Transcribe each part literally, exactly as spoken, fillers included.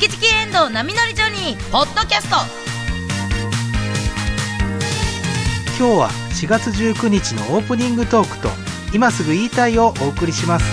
キチキエンドウ波乗りジョニー」ポッドキャスト。 今日はしがつじゅうくにちのオープニングトークと今すぐ言いたいをお送りします。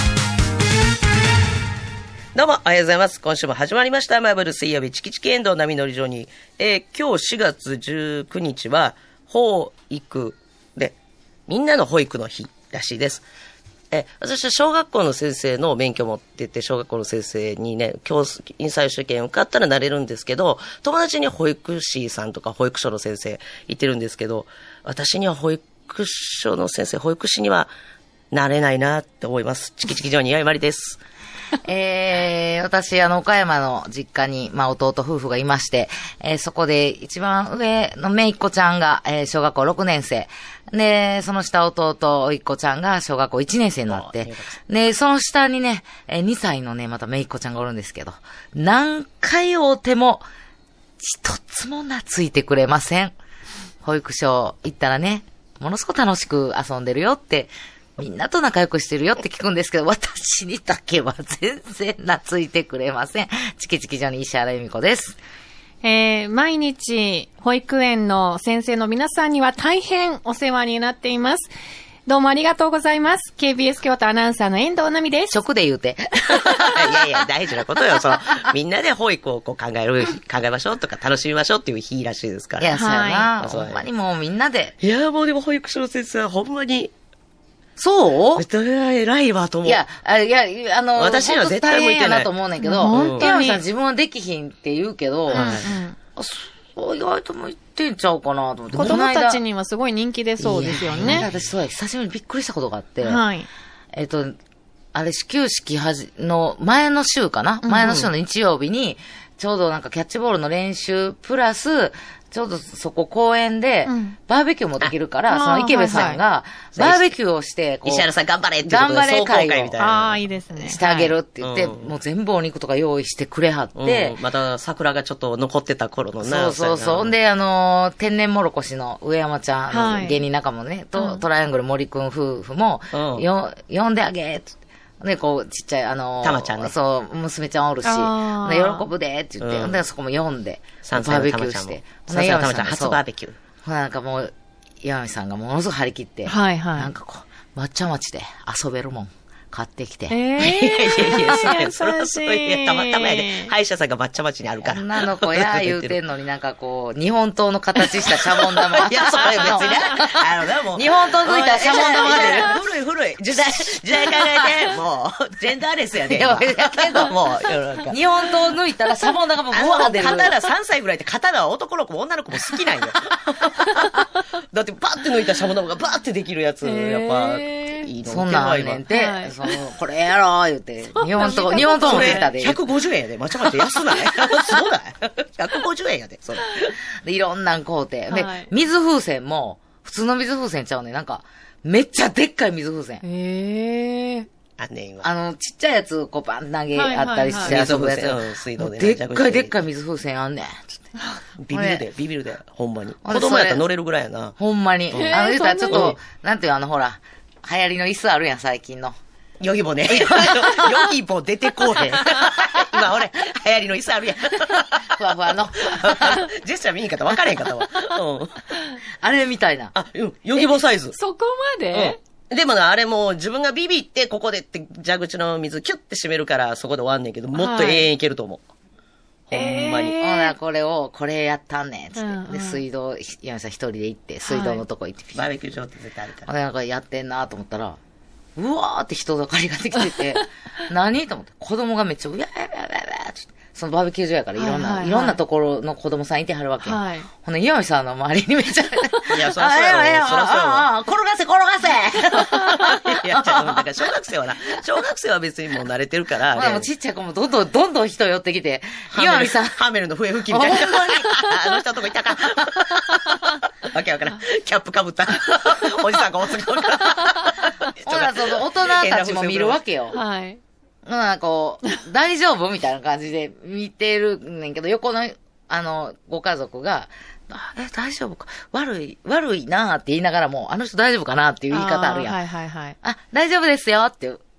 どうもおはようございます。今週も始まりましたマーブル水曜日チキチキエンドウ波乗りジョニー、えー、今日しがつじゅうくにちは保育でみんなの保育の日らしいです。え私は小学校の先生の免許持ってて、小学校の先生にね、教員採取試験受かったらなれるんですけど、友達に保育士さんとか保育所の先生いてるんですけど、私には保育所の先生、保育士にはなれないなって思います。チキチキジョニーやいまりです。 えー、私、あの、岡山の実家に、まあ、弟夫婦がいまして、えー、そこで一番上のめいっ子ちゃんが、えー、小学校ろくねんせい。で、その下弟、おいっ子ちゃんが小学校いちねんせいになって、で、その下にね、えー、にさいのね、まためいっ子ちゃんがおるんですけど、何回会うても、一つも懐いてくれません。保育所行ったらね、ものすごく楽しく遊んでるよって、みんなと仲良くしてるよって聞くんですけど、私にだけは全然懐いてくれません。チキチキジョニー石原由美子です。 えー、毎日保育園の先生の皆さんには大変お世話になっています。どうもありがとうございます。ケービーエス 京都アナウンサーの遠藤奈美です。 食で言うて。 いやいや、大事なことよ。その、みんなで保育をこう考える、考えましょうとか楽しみましょうっていう日らしいですから。 いや、そうやな。 はい、 ほんまにもうみんなで。 いや、もうでも保育所の先生はほんまに、 そう偉いわと思う。 いや、あいや、あの、 私には絶対向いてない。 大変やなと思うねんけど、 本当に。 山さん自分はできひんって言うけど、うんうん、そう意外と向いてんちゃうかなと思って。 子供たちにはすごい人気でそうですよね。 私そうや、久しぶりにびっくりしたことがあって、 はい。 えっと、あれ、始球式はじの前の週かな、うんうん、前の週の日曜日に、ちょうどなんかキャッチボールの練習プラス、ちょうどそこ公園で、バーベキューもできるから、うん、その池部さんが、バーベキューをして、 こう、石原さん頑張れってことで、 頑張れ会を、 ああ、いいですね。 してあげるって言って、はい、もう全部お肉とか用意してくれはって、 うん、また桜がちょっと残ってた頃のな。 そうそうそう。んで、あのー、天然もろこしの上山ちゃん、はい、芸人仲間もね、と、うん、トライアングル森くん夫婦も、うん、よ、呼んであげって。で、こう、ちっちゃい、あのー、 たまちゃんね。 そう、娘ちゃんおるし、で喜ぶでって言って、うん、で、そこも読んで、バーベキューして。 さんさいのたまちゃん、初バーベキュー。 なんかもう、岩見さんがものすごく張り切って、 はいはい。 なんかこう、抹茶町で遊べるもん。買ってきて。 えー、いやいやいや、それ、それはそういう、たまたまやで、歯医者さんが抹茶町にあるから。 女の子や言うてんのになんかこう、日本刀の形したシャボン玉。 いや、それ別にね。あのね、もう。 日本刀抜いたらシャボン玉が出る。 古い古い。時代、時代考えて、もう、ジェンダーレスやで。いや、 けど、もう、日本刀抜いたらシャボン玉がもうブワー出る。 刀さんさいぐらいって刀は男の子も女の子も好きなんよ。だってバッて抜いたシャボン玉がバッてできるやつ、やっぱ、いいの。 そんなんあんねんて、その、これやろー言うて、日本刀、日本刀も出たで。 ひゃくごじゅうえんやで、まちまち安ない？すごない？ ひゃくごじゅうえんやで、それ。 で、いろんなん買うて。で、水風船も、普通の水風船ちゃうねん。なんか、めっちゃでっかい水風船。 へー。 あんねんわ。 あの、ちっちゃいやつ、こう、バン投げあったりして遊ぶやつ。水道ででっかいでっかい水風船あんねん。 ビビるで、ビビるで、ほんまに。子供やったら乗れるぐらいやな。 ほんまに。あの、言うたらちょっと、なんていうあの、ほら、流行りの椅子あるやん、最近の。 ヨギボね。ヨギボ出てこうへん。今俺、流行りの椅子あるやん。 ふわふわの。 ジェスチャー見にかったら分かれへんかったわ。うん。 あれみたいな。 あ、うん。ヨギボサイズ。 そこまで、 うん、でもな、あれもう自分がビビって、ここでって蛇口の水キュッて閉めるから、そこで終わんねんけど、もっと永遠いけると思う。はい、ほんまに。 ほな、これを、これやったんねん、つって。うんうん、で、水道、山さん一人で行って、水道のとこ行って、 はい、バーベキュー場って絶対あるから。 なんかやってんなと思ったら、うわーって人だかりができてて、何と思って、子供がめっちゃ、うやややややって、そのバーベキュー場やからいろんな、はいはいはい、いろんなところの子供さんいてはるわけ。はい。ほんで、岩見さんの周りにめっちゃ、 いや、そらそうやろ。そらそうやろ。 転がせ、転がせいや、ちょっと、だから小学生はな、小学生は別にもう慣れてるから。 まあ、もうちっちゃい子もどんどん、どんどん人寄ってきて、岩見さん。 ハーメルの笛吹きみたいな。あの人のとこいたか。わけわからん。キャップかぶった。おじさんがおつがおるから。 ほら、その大人たちも見るわけよ。 はい。 なんかこう、大丈夫みたいな感じで見てるねんけど、横の、あの、ご家族が、あえ、大丈夫か悪い、悪いなーって言いながらも、あの人大丈夫かなっていう言い方あるやん。 はいはいはい。 あ、大丈夫ですよって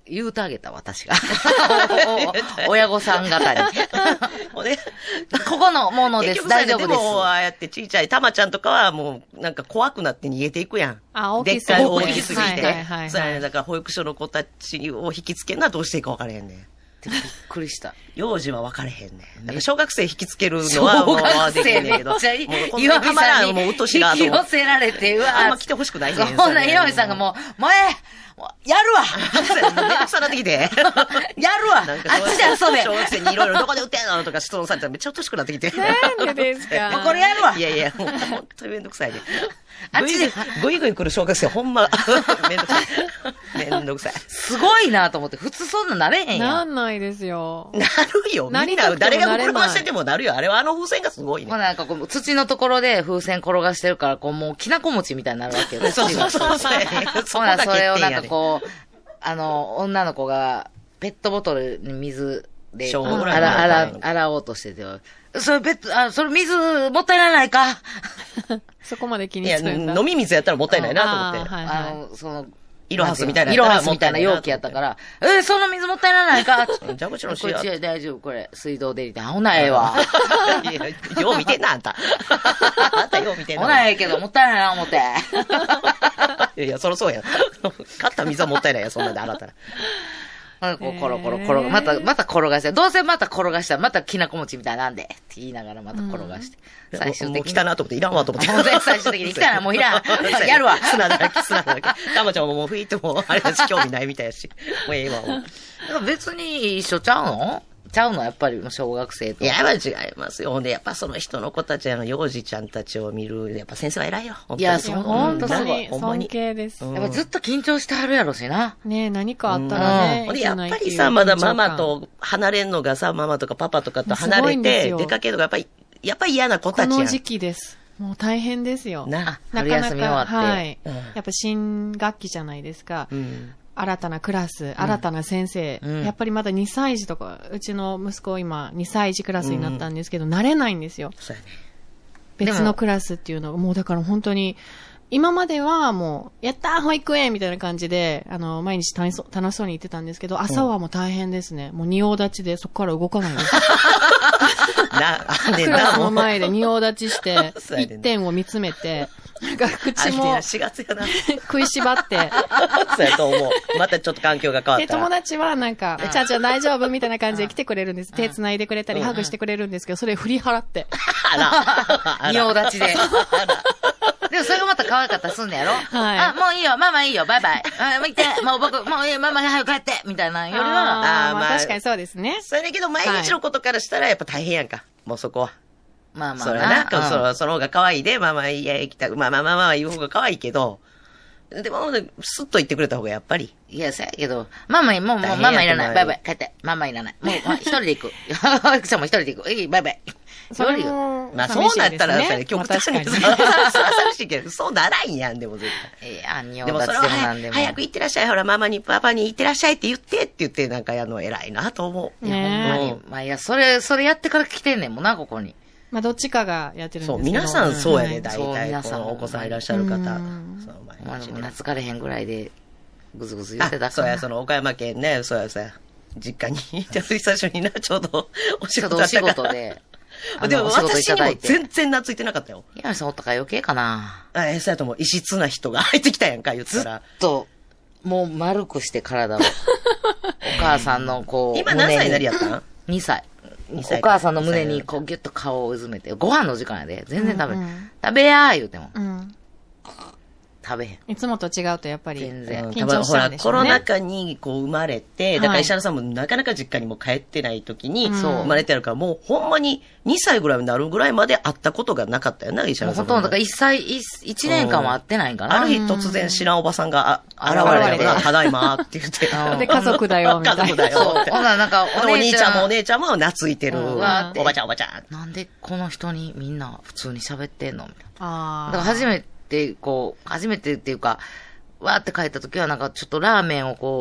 言うてあげた、私が。親御さん方に。ここのものです、大丈夫です。 でも、ああやってちいちゃいたまちゃんとかはもう、なんか怖くなって逃げていくやん。 あ、大きすぎて。大きすぎて。 はいはいはい、 そうやね。だから保育所の子たちを引きつけるのはどうしていいか分からへんねん。 びっくりした。 幼児は分かれへんね。なんか小学生引きつけるのはもうできんねんけど。もうこんなはまらん、もううっとしなと。引き寄せられて、うわあんま来てほしくないねん。 そんな岩見さんがもう、もうええやるわもうめんどくさなってきて。 やるわあっちで遊べ小学生にいろいろどこで売ってんのとか質問されたらめっちゃうっとしくなってきて。 なんでですかもうこれやるわいやいや、もうほんとにめんどくさいね。あっちで、ぐいぐい来る小学生ほんま、めんどくさい。めんどくさい。 すごいなと思って、普通そんななれへんやん。 なんないですよ。 なるよ。みんな、誰が転がしててもなるよ。あれはあの風船がすごいね。 ほら、なんかこう、土のところで風船転がしてるから、こう、もう、きなこ餅みたいになるわけよ。 そうそうそうそう。 ほら、それをなんかこう、あの、女の子が、ペットボトルに水で、洗、洗、洗おうとしてて、それペット、あ、それ水もったいないかそこまで気にするんだ。 いや、飲み水やったらもったいないなと思って。 はいはい、 あの、その、 イロハスみたいな。 イロハスみたいな容器やったから、えー、その水もったいないかじゃあもちろんこっち大丈夫、これ、水道出りて、ほなええわ。 いや、よう見てんな、あんた。あんたよう見てんな。 ほなええけど、もったいないな、思って。 いやいや、そろそうや。買った水はもったいないや、そんなんで洗ったら。 こうコロコロ転が、また、また転がして、どうせまた転がしたら、またきなこ餅みたいなんで、って言いながらまた転がして。 うん、最終的に。もう来たなと思って、いらんわと思って。 最終的に来たな、もういらん。やるわ。 砂だらけ、砂だらけ。たまちゃんももう吹いても、あれだし、興味ないみたいやし。もうええわ、もう。別に一緒ちゃうのちゃうのやっぱり小学生と。 いや、やっぱ違いますよ。ほんで、やっぱその人の子たち、あの、幼児ちゃんたちを見る、やっぱ先生は偉いよ。 いや、そう、ほんとすごい。 尊敬です。 やっぱずっと緊張してはるやろしな。 ねえ、何かあったらね。 ほんで、やっぱりさ、まだママと離れんのがさ、ママとかパパとかと離れて、出かけるのがやっぱり、やっぱり嫌な子たちやん。 この時期です。もう大変ですよ。 な、 春休み終わって。 はい。やっぱ新学期じゃないですか。 うん新たなクラス、新たな先生、うん、やっぱりまだにさい児とか、うちの息子今にさい児クラスになったんですけど、うん、慣れないんですよ。 そうやね。 別のクラスっていうのが、もうだから本当に、今まではもう、やったー保育園みたいな感じで、あの、毎日楽しそう、楽しそうに行ってたんですけど、朝はもう大変ですね。うん、もう仁王立ちでそこから動かないです。 な、あね、クラスの前で仁王立ちして、一点を見つめて、なんか口も、 しがつやな。 食いしばって。 そうやと思う。またちょっと環境が変わった。 で、友達はなんか、ちゃんちゃん大丈夫みたいな感じで来てくれるんです。手繋いでくれたり、ハグしてくれるんですけど、それ振り払って。 あら。 仁王立ちで。でもそれがまた可愛かったらすんねやろはい。あ、もういいよ、ママいいよ、バイバイ。あ、見て、もう僕、もういい、ママ早く帰って、みたいなよりは。 ああ、まあ確かにそうですね。 それだけど、毎日のことからしたらやっぱ大変やんか。もうそこは。 まあまあ。 それはなんか、その、その方が可愛いで、ママいや、行きたく、まあまあまあまあ言う方が可愛いけど、でも、スッと言ってくれた方がやっぱり。 いや、そうやけど、ママ、もう、もう、ママいらない。バイバイ、帰って。ママいらない。もう、一人で行く。保育所も一人で行く。いい、バイバイ。 それも、 まあそうなったら、極端に、寂しいけど、そうならんやん、でも絶対。 いや、仁王立ちでもなんでも。早く行ってらっしゃい。ほら、ママに、パパに行ってらっしゃいって言ってって言って、なんか、あの、偉いなと思う。 いや、ほんまに。まあ、いや、それ、それやってから来てんねんもんな、ここに。 まあ、どっちかがやってるんですけど。 そう、皆さんそうやね、大体。このお子さんいらっしゃる方。そう、 毎日。懐かれへんぐらいで、ぐずぐず言ってたから。 そうや、その岡山県ね、そうや、そうや。実家に、久しぶりにな、ちょうど、お仕事お仕事で。 でも私にも全然懐いてなかったよ。 岩見さんおったから余計かな。 あ、え、そうやともう異質な人が入ってきたやんか、言ったら。 ずっと、もう丸くして体を。お母さんのこう、 今何歳になりやったん ? に 歳。お母さんの胸にこうギュッと顔をうずめて、ご飯の時間やで、全然食べ、うんうん、食べやー言うても。うん食べへん。 いつもと違うとやっぱり全然緊張しちゃうんでしょうね。 コロナ禍にこう生まれて、だから石原さんもなかなか実家にも帰ってない時に生まれてるから、もうほんまににさいぐらいになるぐらいまで会ったことがなかったよな、石原さん。 ほとんどだからいっさい、いちねんかんは会ってないんかな。 ある日突然知らんおばさんが現れて、ただいまって言って。 で、家族だよ、みたいな。 家族だよ。 ほな、なんかお兄ちゃんもお姉ちゃんも懐いてる。おばちゃんおばちゃん。 なんでこの人にみんな普通に喋ってんのみたいな。 あだから初めて、で、こう、初めてっていうか、わーって帰った時はなんかちょっとラーメンをこう、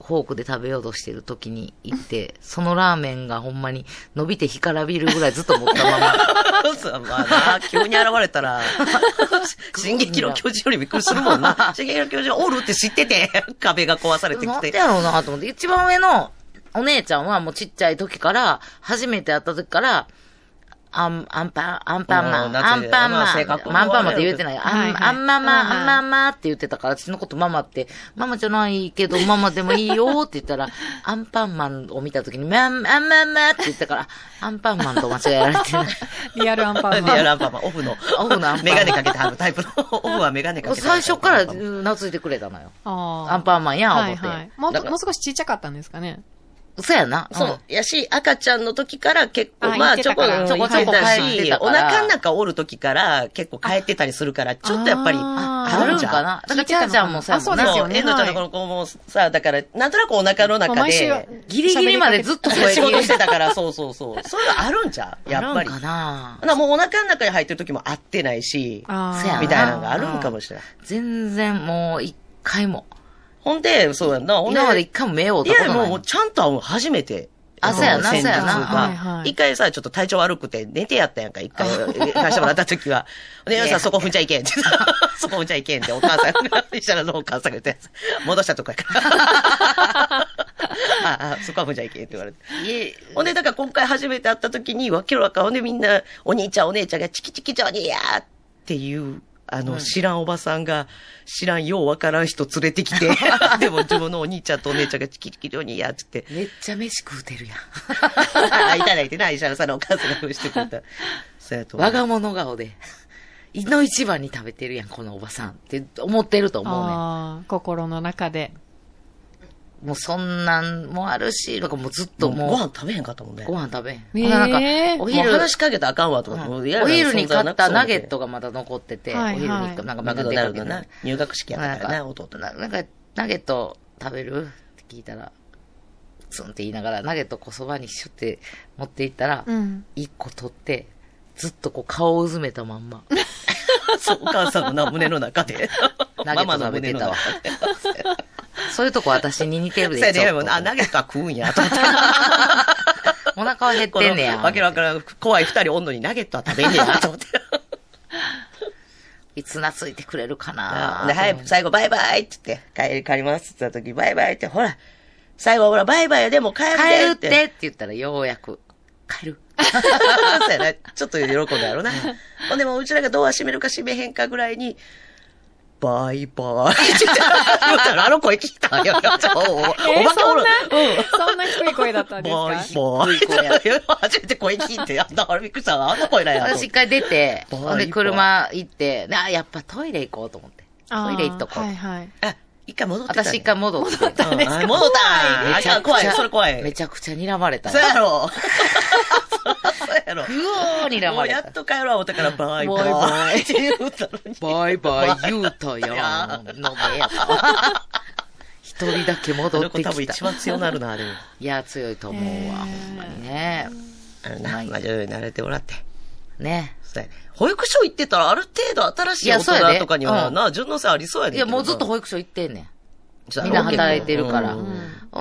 フォークで食べようとしてる時に行って、そのラーメンがほんまに伸びて干からびるぐらいずっと持ったまま。 そうまあな、急に現れたら、進撃の巨人よりびっくりするもんな。進撃の巨人おるって知ってて、壁が壊されてきて。 なんでやろうなと思って、一番上のお姉ちゃんはもうちっちゃい時から、初めて会った時から、アン、アンパン、アンパンマン、アンパンマン、アンパンマンって言ってない。アン、アンママ、アンママって言ってたから、私のことママって、ママじゃないけど、ママでもいいよって言ったら、アンパンマンを見たときに、マン、アンママって言ったから、アンパンマンと間違えられてない。 リアルアンパンマン。 リアルアンパンマン、オフの。 オフのアンパンマン。 メガネかけてはるタイプの、オフはメガネかけて最初から懐いてくれたのよ。アンパンマンや、思って。 もう少しちっちゃかったんですかね。 そうやな。 そう。やし、赤ちゃんの時から結構、まあ、ちょこちょこちょこ帰ってたし、お腹の中おる時から結構帰ってたりするから、ちょっとやっぱり、あるんかな。 だから、ちゃーちゃんもさ、 そうですよね。 えんのちゃんのこの子もさ、だから、なんとなくお腹の中で、 ギリギリまでずっと仕事してたから、そうそうそう。そういうのあるんじゃんやっぱり。 あるんかな。 もうお腹の中に入ってる時も会ってないし、みたいなのがあるんかもしれない。 全然もう一回も。 ほんで、そうやんな。 今まで一回も目をいや、もうちゃんと会う初めて。 あ、そうやな、そうやな。 一回さ、ちょっと体調悪くて寝てやったやんか、一回、行かしてもらった時は。で、皆さんそこ踏んじゃいけんって。そこ踏んじゃいけんって、お母さんが、石原のお母さんが言ったやつ。戻したとこやから。ああ、そこは踏んじゃいけんって言われて。ほんで、だから今回初めて会った時に、わけわかんほんでみんな、お兄ちゃんお姉ちゃんがチキチキジョニーやーっていう、あの、うん、知らんおばさんが、知らんようわからん人連れてきて、でも自分のお兄ちゃんとお姉ちゃんがチキチキジョニーやつって。 めっちゃ飯食うてるやん。 あ、いただいてな、石原さんのお母さんがしてくれた。 そうやと。我が物顔で。いの一番に食べてるやん、このおばさんって思ってると思うね。 ああ、心の中で。 もうそんなんもあるし、なんかもうずっともう。 ご飯食べへんかったもんね。 ご飯食べへん。 えー、なんか、 お昼。話しかけたらあかんわとか、うん、 お昼に買ったナゲットがまだ残ってて、 はいはい、 お昼になんかマクドナルドな。入学式やったからな、弟な。なんか、ナゲット食べるって聞いたら、ツンって言いながら、ナゲットこうそばにシュって持っていったら、一、うん、個取って、ずっとこう顔をうずめたまんま。 そう、お母さんのな胸の中で。 ナゲット食べてたわ。そういうとこ私に似てるでしょ。 あ、ナゲットは食うんや、と思って。 お腹は減ってんねや。 わけわからん、怖い二人おんのにナゲットは食べんねや、と思って。 いつ懐いてくれるかなで、はい、最後バイバイって言って、帰り、帰りますって言った時、バイバイって、ほら、最後ほら、バイバイやでも帰るって。 帰るってって言ったらようやく、帰る。 そうやな、ちょっと喜んだやろな。ほんでもうちらがドア閉めるか閉めへんかぐらいに、バイバイって言ったら、あの声聞いたよ。おばけおる。 そんな低い声だったんですか？ バイバイ。低い声や。初めて声聞いて、あんな、びっくりしたわ。あんな声なんや。 私一回出て、ほんで車行って、あ、やっぱトイレ行こうと思って。トイレ行っとこう。 はいはい。 あ、一回戻ってた。 私一回戻って。 戻ったんですか？ 戻っためちゃ怖い。それ怖い。 めちゃくちゃ睨まれた。 そうやろ。そうやろ。 ぐおー睨まれた。 もうやっと帰ろう思ったから、バイバイ。バイって言うたのに。 バイバイ言うたやん。のめやった一人だけ戻ってきた。 多分一番強なるな、あれ。 いや、強いと思うわ。ほんまにね。 あのな、まあ、徐々に慣れてもらって。 ね。 そうやね。保育所行ってたら、ある程度新しい大人とかにはな、順応性ありそうやね。 いや、もうずっと保育所行ってんねん。みんな働いてるから。うん、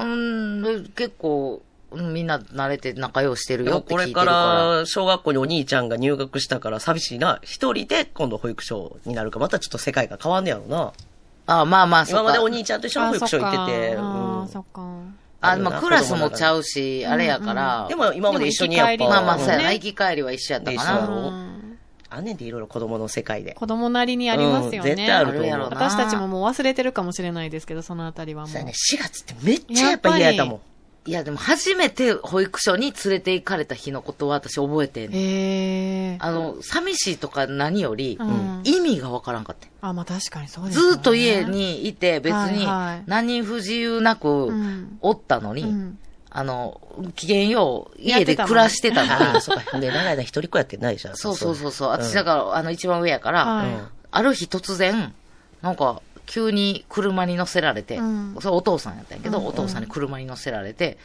結構、みんな慣れて仲良してるよって聞いてるから。 これから小学校にお兄ちゃんが入学したから寂しいな。一人で今度保育所になるか、またちょっと世界が変わんねやろな。 ああ、まあまあ、そっか。 今までお兄ちゃんと一緒に保育所行ってて。 ああ、そっか。 あ、まあクラスもちゃうし、あれやから。 でも今まで一緒にやっぱ。 まあまあ、そうやな。行き帰りは一緒やったかな。 一緒やろ。あんねんでいろいろ子供の世界で。 子供なりにありますよね。 絶対あると思う。 私たちももう忘れてるかもしれないですけど、そのあたりはもう。 そうやね。しがつってめっちゃやっぱ嫌やったもん。 いや、でも初めて保育所に連れて行かれた日のことは私覚えてんねん。 へー。 あの、寂しいとか何より、うん、意味がわからんかった。 あ、まあ確かにそうですね。 ずっと家にいて別に何不自由なくおったのに、はいはい、あの、機嫌よう家で暮らしてたのに。 そうか。で、長い間一人っ子やってないじゃん。 そうそうそうそう。私だから、あの、一番上やから、はい、ある日突然、なんか、急に車に乗せられて、うん、それお父さんやったんやけど、うん、お父さんに車に乗せられて、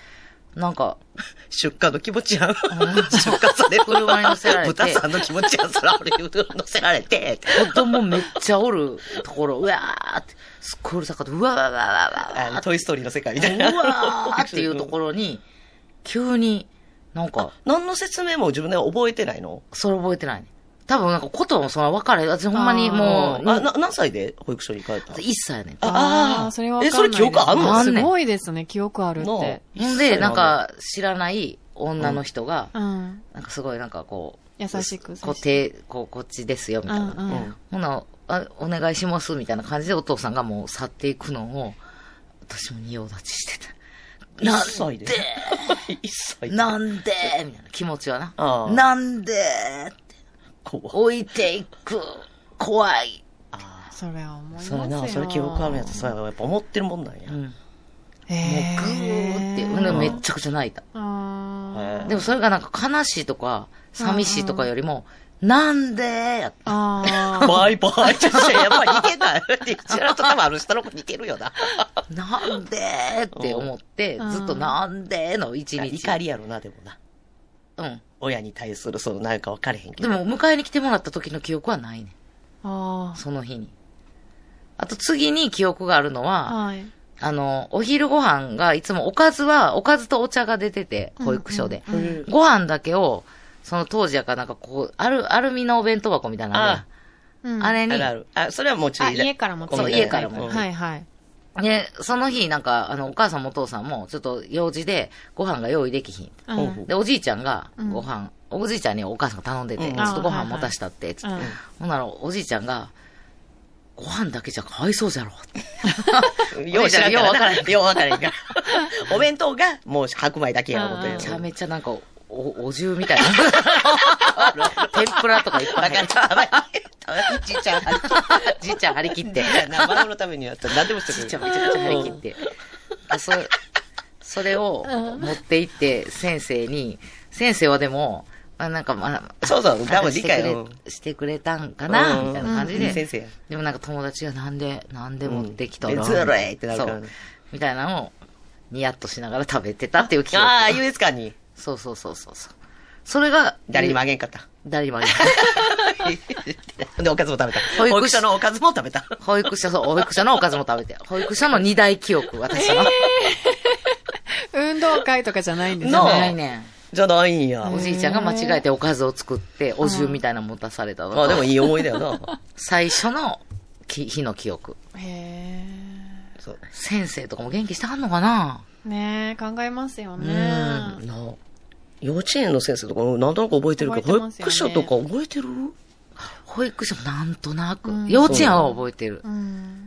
なんか、 出荷の気持ちやん。出荷される。 車に乗せられて。 豚さんの気持ちやん。そら、俺に乗せられて。 子供めっちゃおるところ、うわーって、すっごいうるさかった。うわーわーわーわーわー。 トイストーリーの世界みたいな。 うわーっていうところに、急に、なんか。 何の説明も自分で覚えてないの？ それ覚えてないね。多分なんかこともそんな分からへん。私ほんまにもう。 あ、な、何歳で保育所に帰ったの？ いっさいやねん。 ああ、それは分かんない。 え、それ記憶あんの？ すごいですね、記憶あるって。 ほんで、なんか知らない女の人が、 うん、 なんかすごいなんかこう、 優しくこう手、こう、こっちですよ、みたいな。うんうん、ほな、あ、お願いします、みたいな感じでお父さんがもう去っていくのを、私も仁王立ちしてた。 なんで一歳なんでみたいな気持ちはな。なんでって置いていく。怖い。 ああ、それは思いますよ。 それな、それ記憶あるやつさ、やっぱ思ってるもんなんや。うん、 もうぐーって、うん、めっちゃくちゃ泣いた。あでもそれがなんか悲しいとか、寂しいとかよりも、なんでやった。 ああ。バイバイ。ちょっとやっぱり似てない。うちらと多分ある人の子似てるよな。 なんでって思って、ずっとなんでの一日。 怒りやろな、でもな。うん。親に対する、その、なんか分かれへんけど。 でも、迎えに来てもらった時の記憶はないね。ああ。その日に。あと次に記憶があるのは、はい。あの、お昼ご飯がいつもおかずは、おかずとお茶が出てて、保育所で。うんうん、ご飯だけを、その当時やからなんかこう、アル、アルミのお弁当箱みたいなのある、うん、あれに。 あるある。あ、それはもちろん。 家からもそう、家からも。 はいはい。 で、その日なんか、あの、お母さんもお父さんも、ちょっと用事で、ご飯が用意できひん。うん、で、おじいちゃんが、ご飯、うん、おじいちゃんにお母さんが頼んでて、うん、ちょっとご飯持たしたって、つって。はいはい、ほんなら、おじいちゃんが、ご飯だけじゃかわいそうじゃろ。 よう知らんからな。ようわからんから。お弁当が、もう白米だけやろ、 めちゃめちゃなんか、お、お重みたいな。天ぷらとかいっぱい入って。じいちゃん張り切って。じいちゃん張り切って。 孫のためにやったら何でもしてくれる。 じいちゃんめちゃくちゃ張り切って。あ、そ、それを持って行って先生に、先生はでも、まあ、なんかまあ、 そうそう、多分理解をしてくれたんかな、みたいな感じで。 先生。 でもなんか友達がなんで、なんで持ってきたら。 ずるいってなるからね。 みたいなのを、ニヤッとしながら食べてたっていう記憶。 ああ、優越感に。 そうそうそうそう。それが、 誰にもあげんかった。 誰にもあげんかった。で、おかずも食べた。保育所のおかずも食べた。 保育所、そう、保育所のおかずも食べて。保育所の二大記憶、私の。 運動会とかじゃないんですよね。ないねん。 じゃないんや。 おじいちゃんが間違えておかずを作って、お重みたいなの持たされたの。 あ、でもいい思いだよな。 最初の日の記憶。へー。そう。先生とかも元気してはんのかなねえ、考えますよね。うん。 な幼稚園の先生とかなんとなく覚えてるけど、保育所とか覚えてる？ 保育所なんとなく。うん、幼稚園は覚えてる、うん。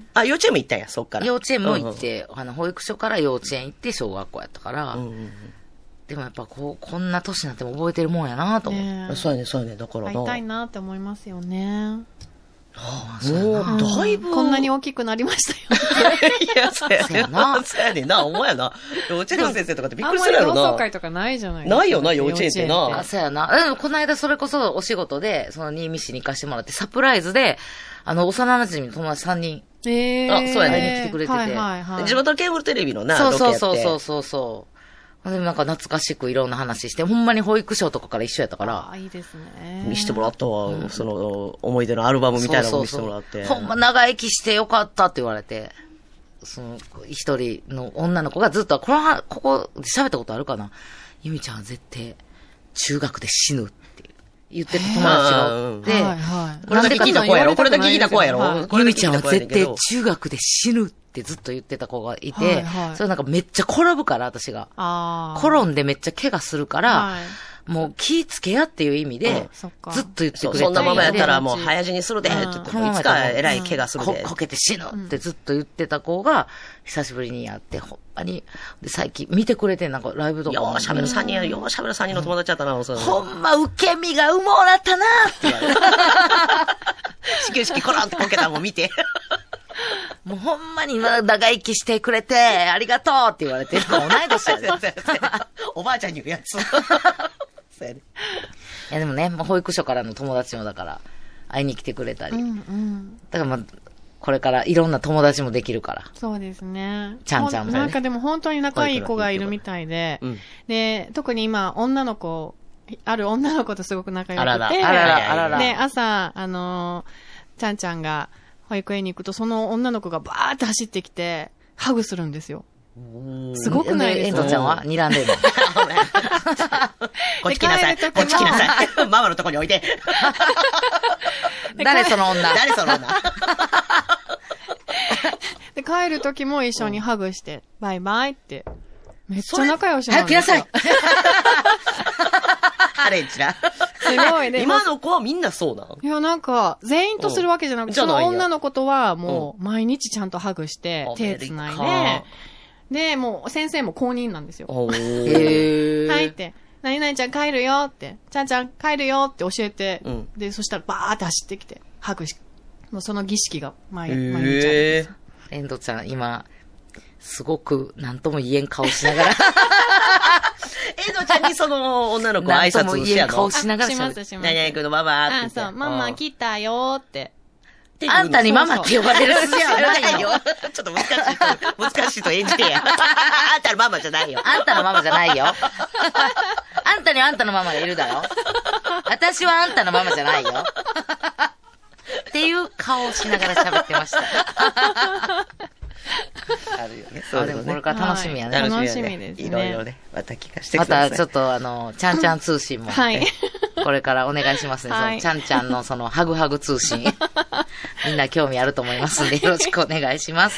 あ、幼稚園も行ったんや、そっから。 幼稚園も行って、うんうん、あの、保育所から幼稚園行って小学校やったから、うんうん、でもやっぱこう、こんな年になっても覚えてるもんやなと思って。 ね、そうやね、そうやね、だからな。 会いたいなって思いますよね。 ああ、もう、だいぶ。 こんなに大きくなりましたよ。 いや、そうやな。そうやねんな、お前やな。幼稚園の先生とかってびっくりするやろな。 あんまり同窓会とかないじゃないですか。 ないよな、幼稚園ってな。 あ、そうやな。でも、この間それこそお仕事で、その新見市に行かしてもらって、サプライズで、あの、幼馴染の友達さんにん。えー。あ、そうやね。来てくれてて。はいはいはい。 地元のケーブルテレビのな、 そうそうそうそうそうそう。でもなんか懐かしくいろんな話して、ほんまに保育所とかから一緒やったから。 ああ、いいですね。 見してもらったわ、うん、その、思い出のアルバムみたいなのを見してもらって。 そうそうそうほんま長生きしてよかったって言われて、その、一人の女の子がずっと、この、ここで喋ったことあるかなゆみちゃんは絶対、中学で死ぬって言ってた友達がおって、はいはい、 これだけ聞いた子やろこれだけ聞いた子やろ、はい、 ゆみちゃんは絶対中学で死ぬってずっと言ってた子がいて、はいはい、それなんかめっちゃ転ぶから、私が。転んでめっちゃ怪我するから、はい、もう気ぃつけやっていう意味で、うん、ずっと言ってくれて。 そんなままやったらもう早死にするでって言って、うん、いつか偉い怪我するで、 うん。こけて死ぬってずっと言ってた子が、久しぶりにやって、ほんまに、で最近見てくれて、なんかライブとか。 よう喋る三人や、よう喋る三人の友達やったな、うん、 ほんま受け身がうもうなったなって言われて。 始球式コロンってこけたのも見て。 もうほんまに長生きしてくれて、ありがとうって言われてるから同い年やで。 おばあちゃんに言うやつ。そうやね。 いやでもね、保育所からの友達もだから、会いに来てくれたり。うんうん、だからまあ、 これからいろんな友達もできるから。 そうですね。 ちゃんちゃんもねなんかでも本当に仲いい子がいるみたいで、 うん、 で、特に今、女の子、ある女の子とすごく仲良くて、 あらら、 あらら、あらら。 で、朝、あのー、ちゃんちゃんが保育園に行くと、その女の子がバーって走ってきて、ハグするんですよ。すごくないですか？ エンドちゃんは睨んでるの。 こっち来なさい。こっち来なさい。ママのとこに置いて。 誰その女？ 誰その女？ で、帰る時も一緒にハグして、バイバイって。めっちゃ仲良しなんですよ。早く来なさい。 アレンジな。 すごいね。 今の子はみんなそうなの？ いや、なんか、全員とするわけじゃなくて、その女の子とはもう、毎日ちゃんとハグして、手繋いで、で、もう、先生も公認なんですよ。 へはいって、何々ちゃん帰るよって、ちゃんちゃん帰るよって教えて、うん、で、そしたらバーって走ってきて、ハグし、もうその儀式が毎日あるんです。 エンドちゃん、今、すごく、なんとも言えん顔しながら。 エンドちゃんにその女の子挨拶してやの。なんとも言えん顔しながらしますします。 何々くんのママって。 あ、そう、ママ来たよって。 あんたにママって呼ばれる筋合はないよ。 ちょっと難しいと、難しいと演じてや。あんたのママじゃないよ。 あんたのママじゃないよ。あんたにあんたのママがいるだろ。私はあんたのママじゃないよ。っていう顔をしながら喋ってました。 あるよね。そうでもこれから楽しみやね。 楽しみですね。 いろいろね、また聞かせてください。 またちょっとあの、ちゃんちゃん通信も。 はい。 これからお願いしますね。はい、そのちゃんちゃんのそのハグハグ通信。みんな興味あると思いますんでよろしくお願いします。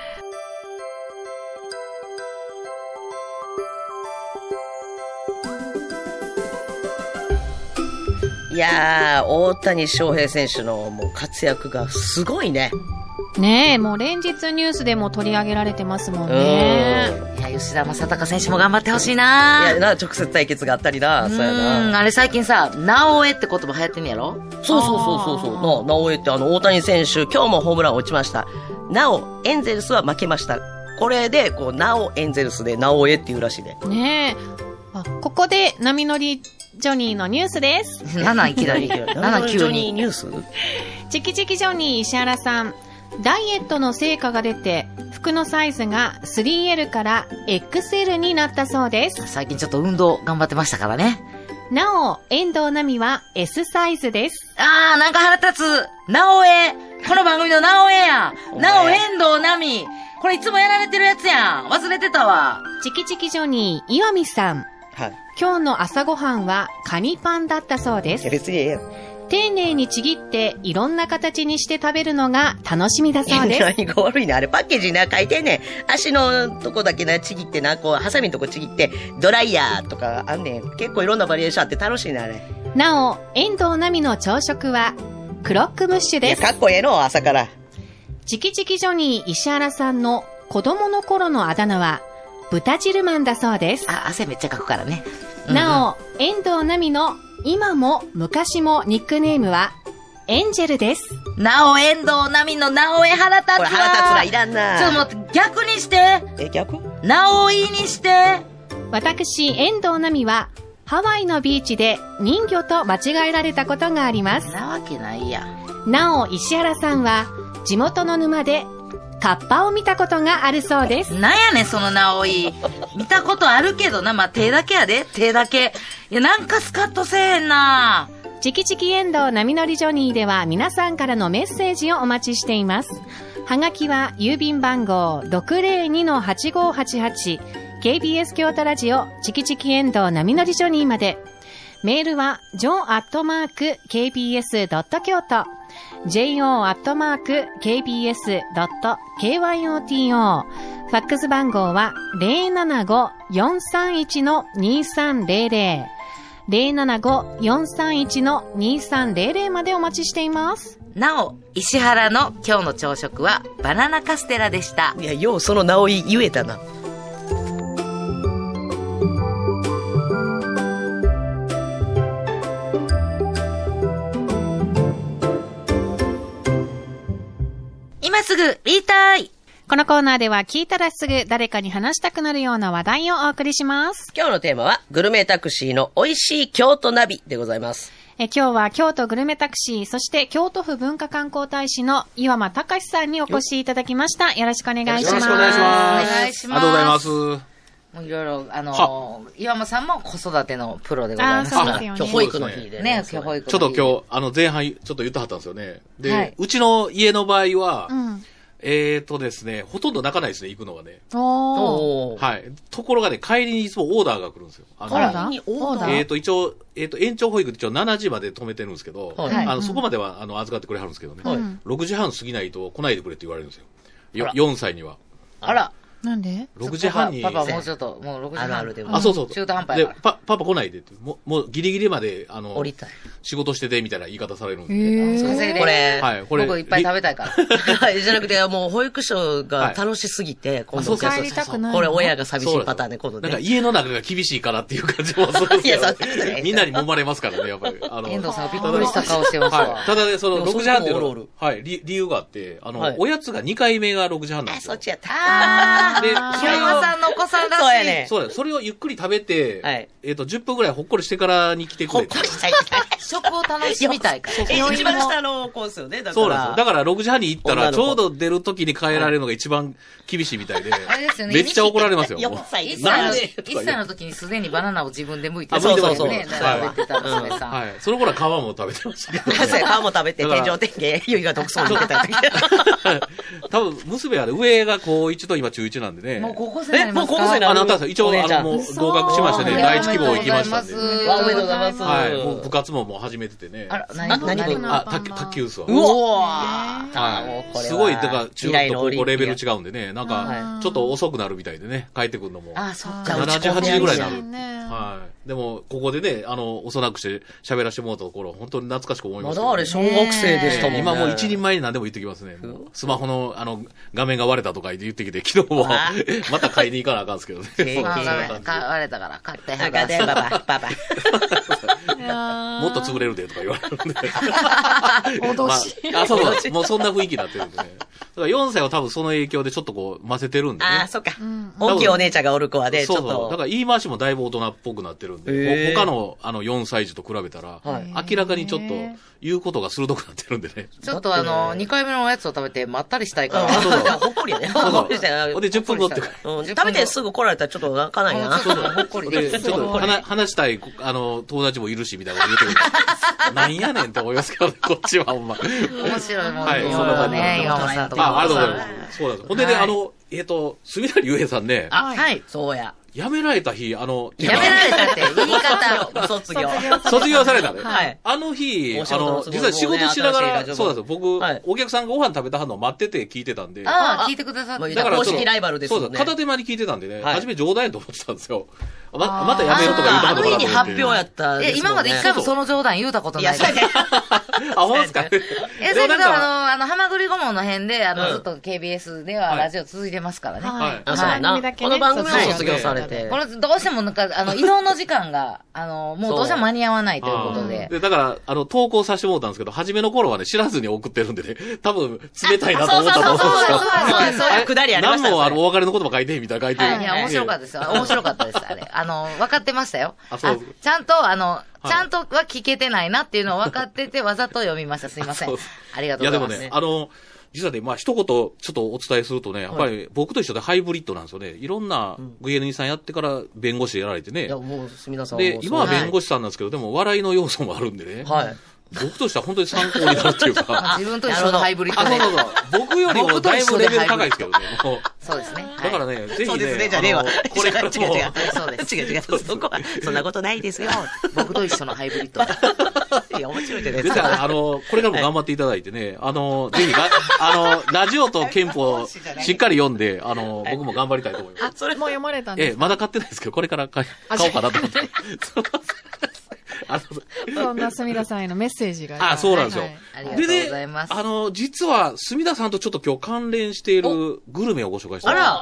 いやー、大谷翔平選手のもう活躍がすごいね。 ねえ、もう連日ニュースでも取り上げられてますもんね。 いや、吉田正尚選手も頑張ってほしいな。 いや、な、直接対決があったりな、そうやな。 うん、あれ最近さ、なおえって言葉流行ってんやろ？ そうそうそうそうそう。な、なおえってあの、大谷選手、今日もホームラン落ちました。なお、エンゼルスは負けました。これで、こう、なお、エンゼルスでなおえっていうらしいね。 ねえ。あ、ここで、波乗りジョニーのニュースです。 なないきなり。なな急に。 ニュース？ チキチキジョニー石原さん。ダイエットの成果が出て、服のサイズが スリーエル から エックスエル になったそうです。 最近ちょっと運動頑張ってましたからね。 なお、遠藤奈美は エス サイズです。 あー、なんか腹立つ。なおえ。この番組のなおえやん。なお遠藤奈美。これいつもやられてるやつやん。忘れてたわ。 チキチキジョニー岩見さん。はい。今日の朝ごはんはカニパンだったそうです。いや別にええやん。 丁寧にちぎっていろんな形にして食べるのが楽しみだそうです。 何が悪いね。あれパッケージにな書いてんねん。足のとこだけなちぎってな、こうハサミのとこちぎってドライヤーとかあんねん。結構いろんなバリエーションあって楽しいねあれ。 なお、遠藤奈美の朝食はクロックムッシュです。 いやかっこええの朝から。 チキチキジョニー石原さんの子供の頃のあだ名は豚汁マンだそうです。 あ、汗めっちゃかくからね。 なお、遠藤奈美の今も昔もニックネームはエンジェルです。 なお、遠藤奈美のなおえ腹立つわ。 これ腹立つないらんな。 ちょっと待って、逆にして。 え、逆？ なおいにして。 私、遠藤奈美はハワイのビーチで人魚と間違えられたことがあります。 なわけないや。 なお、石原さんは地元の沼でカッパを見たことがあるそうです。 なんやねん、そのなおい。見たことあるけどな。まあ、手だけやで。手だけ。いや、なんかスカッとせえへんな。 チキチキエンドウ波乗りジョニーでは皆さんからのメッセージをお待ちしています。はがきは郵便番号 ろくぜろにのはちごはちはち ケービーエス 京都ラジオチキチキエンドウ波乗りジョニーまで。メールは ジョン アットマーク ケービーエス ドット 京都 ジェイオー アットマーク ケービーエス ドット ケーワイオーティーオー ファックス番号は ゼロななご よんさんいち にさんゼロゼロ ゼロななご よんさんいち にさんゼロゼロ までお待ちしています。 なお、石原の今日の朝食はバナナカステラでした。 いや、ようその名を言えたな。 今すぐ言いたい。 このコーナーでは聞いたらすぐ誰かに話したくなるような話題をお送りします。 今日のテーマは、グルメタクシーの美味しい京都ナビでございます。 え今日は京都グルメタクシー、そして京都府文化観光大使の岩間隆さんにお越しいただきました。よろしくお願いします。 よろしくお願いします。 お願いします。 ありがとうございます。 もういろいろ、あのー、岩間さんも子育てのプロでございます。 あ、そうですよね。 今日保育の日でね。 ね、今日保育の日。 ちょっと今日、あの、前半、ちょっと言ってはったんですよね。で、 はい、 うちの家の場合は、 うん、 えーとですね、ほとんど泣かないですね、行くのはね。 おー。はい。ところがね、帰りにいつもオーダーが来るんですよ。あの、 オーダーオーダーえーと、一応、えーと、延長保育って一応しちじまで止めてるんですけど、 はい、 あの、そこまでは、あの、預かってくれはるんですけどね、 はい、 ろくじはん過ぎないと来ないでくれって言われるんですよ。よよんさいには。 あら。 なんで ? ろくじはんに。 パパもうちょっと、もうろくじはん。 あるあるでも。 あ、そうそう。 中途半端やから。 で、パ、パパ来ないでって。もう、もうギリギリまで、あの、 降りたい。 仕事しててみたいな言い方されるんで。 へー。 稼いで。 これ、 はい、これ。 僕いっぱい食べたいから。 じゃなくて、もう保育所が楽しすぎて、はい、今度帰りたくない。 これ親が寂しいパターンで、今度ね。 なんか家の中が厳しいからっていう感じもするんですけど、 いや、そうみんなに揉まれますからね、やっぱり。あの、 遠藤さんがびっくりした顔してますわ。 はい。ただね、そのろくじはんっていうのおるは、はい、理由があって、あの、 はい、 おやつがにかいめがろくじはんなんですよ。 そっちやった。 あー。 で、 それはさんのお子さんらしい。 そうやね。 そうだよ。それをゆっくり食べて、 はい、 えっと、じゅっぷんぐらいほっこりしてからに来てくれて。 ほっこりしたい。 食を楽しみたいから。 一番下の子ですよね、だから。 そうなんですよ。だからろくじはんに行ったら、ちょうど出る時に帰られるのが一番厳しいみたいで。 あれですよね。 めっちゃ怒られますよ。 よんさいいっさいの時にすでにバナナを自分で剥いて、 そうそうそう。 ね、食べてた娘さん。 はい。その頃は皮も食べてましたけど。 皮も食べて、天井天気、ゆいが独走に出た時。 多分、娘は上が高いちと今中いちなんでね。 もう高校生になりますか？ え、もう高校生になあなた一応、あの、もう合格しましたね。第一希望行きましたんで。 おめでとうございます。 はい。もう部活ももう始めててね。 あら、何部何部あ、卓球っすわ。 うわはい。すごい、だから中学と高校レベル違うんでね、なんか、ちょっと遅くなるみたいでね、帰ってくるのも。 あ、そっか。 ななじ、はちじぐらいになる。はい。でも、ここでね、あの、幼くして喋らせてもらったところ、本当に懐かしく思います。 まだあれ小学生でしたもんね。 今もう一人前に何でも言ってきますね。スマホの、あの、画面が割れたとか言ってきて、昨日も、また買いに行かなあかんすけどね。 スマホが割れたから、買ってはがで、パパ、パパ。 もっと潰れるでとか言われるんで。 脅し。 あ、そうそう。もうそんな雰囲気になってるんでね。だからよんさいは多分その影響でちょっとこう、混ぜてるんでね。 あ、そっか。大きいお姉ちゃんがおる子はね、ちょっと。 そうそう。だから言い回しもだいぶ大人っぽくなってるんで、他のあのよんさい児と比べたら、明らかにちょっと言うことが鋭くなってるんでね。 ちょっとあの、にかいめのおやつを食べてまったりしたいから。 そうそう。ほっこりやね。ほっこりしたよ。で、じゅっぷんごって。 食べてすぐ来られたらちょっと泣かないな。 そうそう。ほっこりで。ちょっと話したい、あの、友達もいるし、みたいなこと言ってる。なんやねんって思いますけどね、こっちはほんま。 面白いもんね。 はい、そんな感じ。 ね、岩間さんとか。 あ、ありがとうございます。そうなんです。ほんでね、あの、えっと、住谷雄平さんね。 あ、はい。そうや。 辞められた日、あの、 辞められたって言い方。 卒業。 卒業されたね。 はい。 あの日、あの、実は仕事しながら、そうなんですよ。僕、お客さんがご飯食べたはんのを待ってて聞いてたんで。 ああ、聞いてくださって。 だから公式ライバルですよね。 そうです。片手間に聞いてたんでね、初め冗談やと思ってたんですよ。ま、また辞めるとか言うたことかなと思って。 あの日に発表やったえ、今まで一回もその冗談言うたことない。いや、 あ、ほんですかえ、それからあの、あの、浜栗顧問の辺で、あの、ずっと ケービーエス ではラジオ続いてますからね。 はい。あ、そうな。この番組も卒業されて。 この、どうしてもなんか、あの、移動の時間が、あの、もうどうしても間に合わないということで。 で、だから、あの、投稿させてもらったんですけど、初めの頃はね、知らずに送ってるんでね、多分、冷たいなと思ったと思うんですよ。 そうそうそう。そういうくだりありました。 何も、あの、お別れの言葉書いて、みたいな書いて。 いや、面白かったですよ。面白かったです、あれ。あの、分かってましたよ。 あ、そう。 ちゃんと、あの、ちゃんとは聞けてないなっていうのを分かってて、わざと読みました。すいません。ありがとうございます。 いや、でもね、あの、実はね、まあ、一言、ちょっとお伝えするとね、やっぱり僕と一緒でハイブリッドなんですよね。いろんな芸人さんやってから弁護士やられてね。 いや、もう、皆さんで、今は弁護士さんなんですけど、でも笑いの要素もあるんでね。 はい。 僕としては本当に参考になるっていうか。 自分と一緒のハイブリッドで。 あ、そうそうそう。僕よりもだいぶレベル高いですけどね。 そうですね。 だからね、ぜひね。 そうですね、じゃねえわ。 これからも。 違う違う。そうです。違う違う。そこは、そんなことないですよ。 僕と一緒のハイブリッドで。 いや、面白いじゃないですか。あの、これからも頑張っていただいてね、あの、ぜひ、あの、ラジオと憲法しっかり読んで、あの、僕も頑張りたいと思います。 あ、それもう読まれたんですか？ ええ、まだ買ってないですけど、これから買おうかなと思って。 あのそんな隅田さんへのメッセージが。 あ、そうなんですよ。 ありがとうございます。 あの、実は、隅田さんとちょっと今日関連しているグルメをご紹介したい。 あら、 え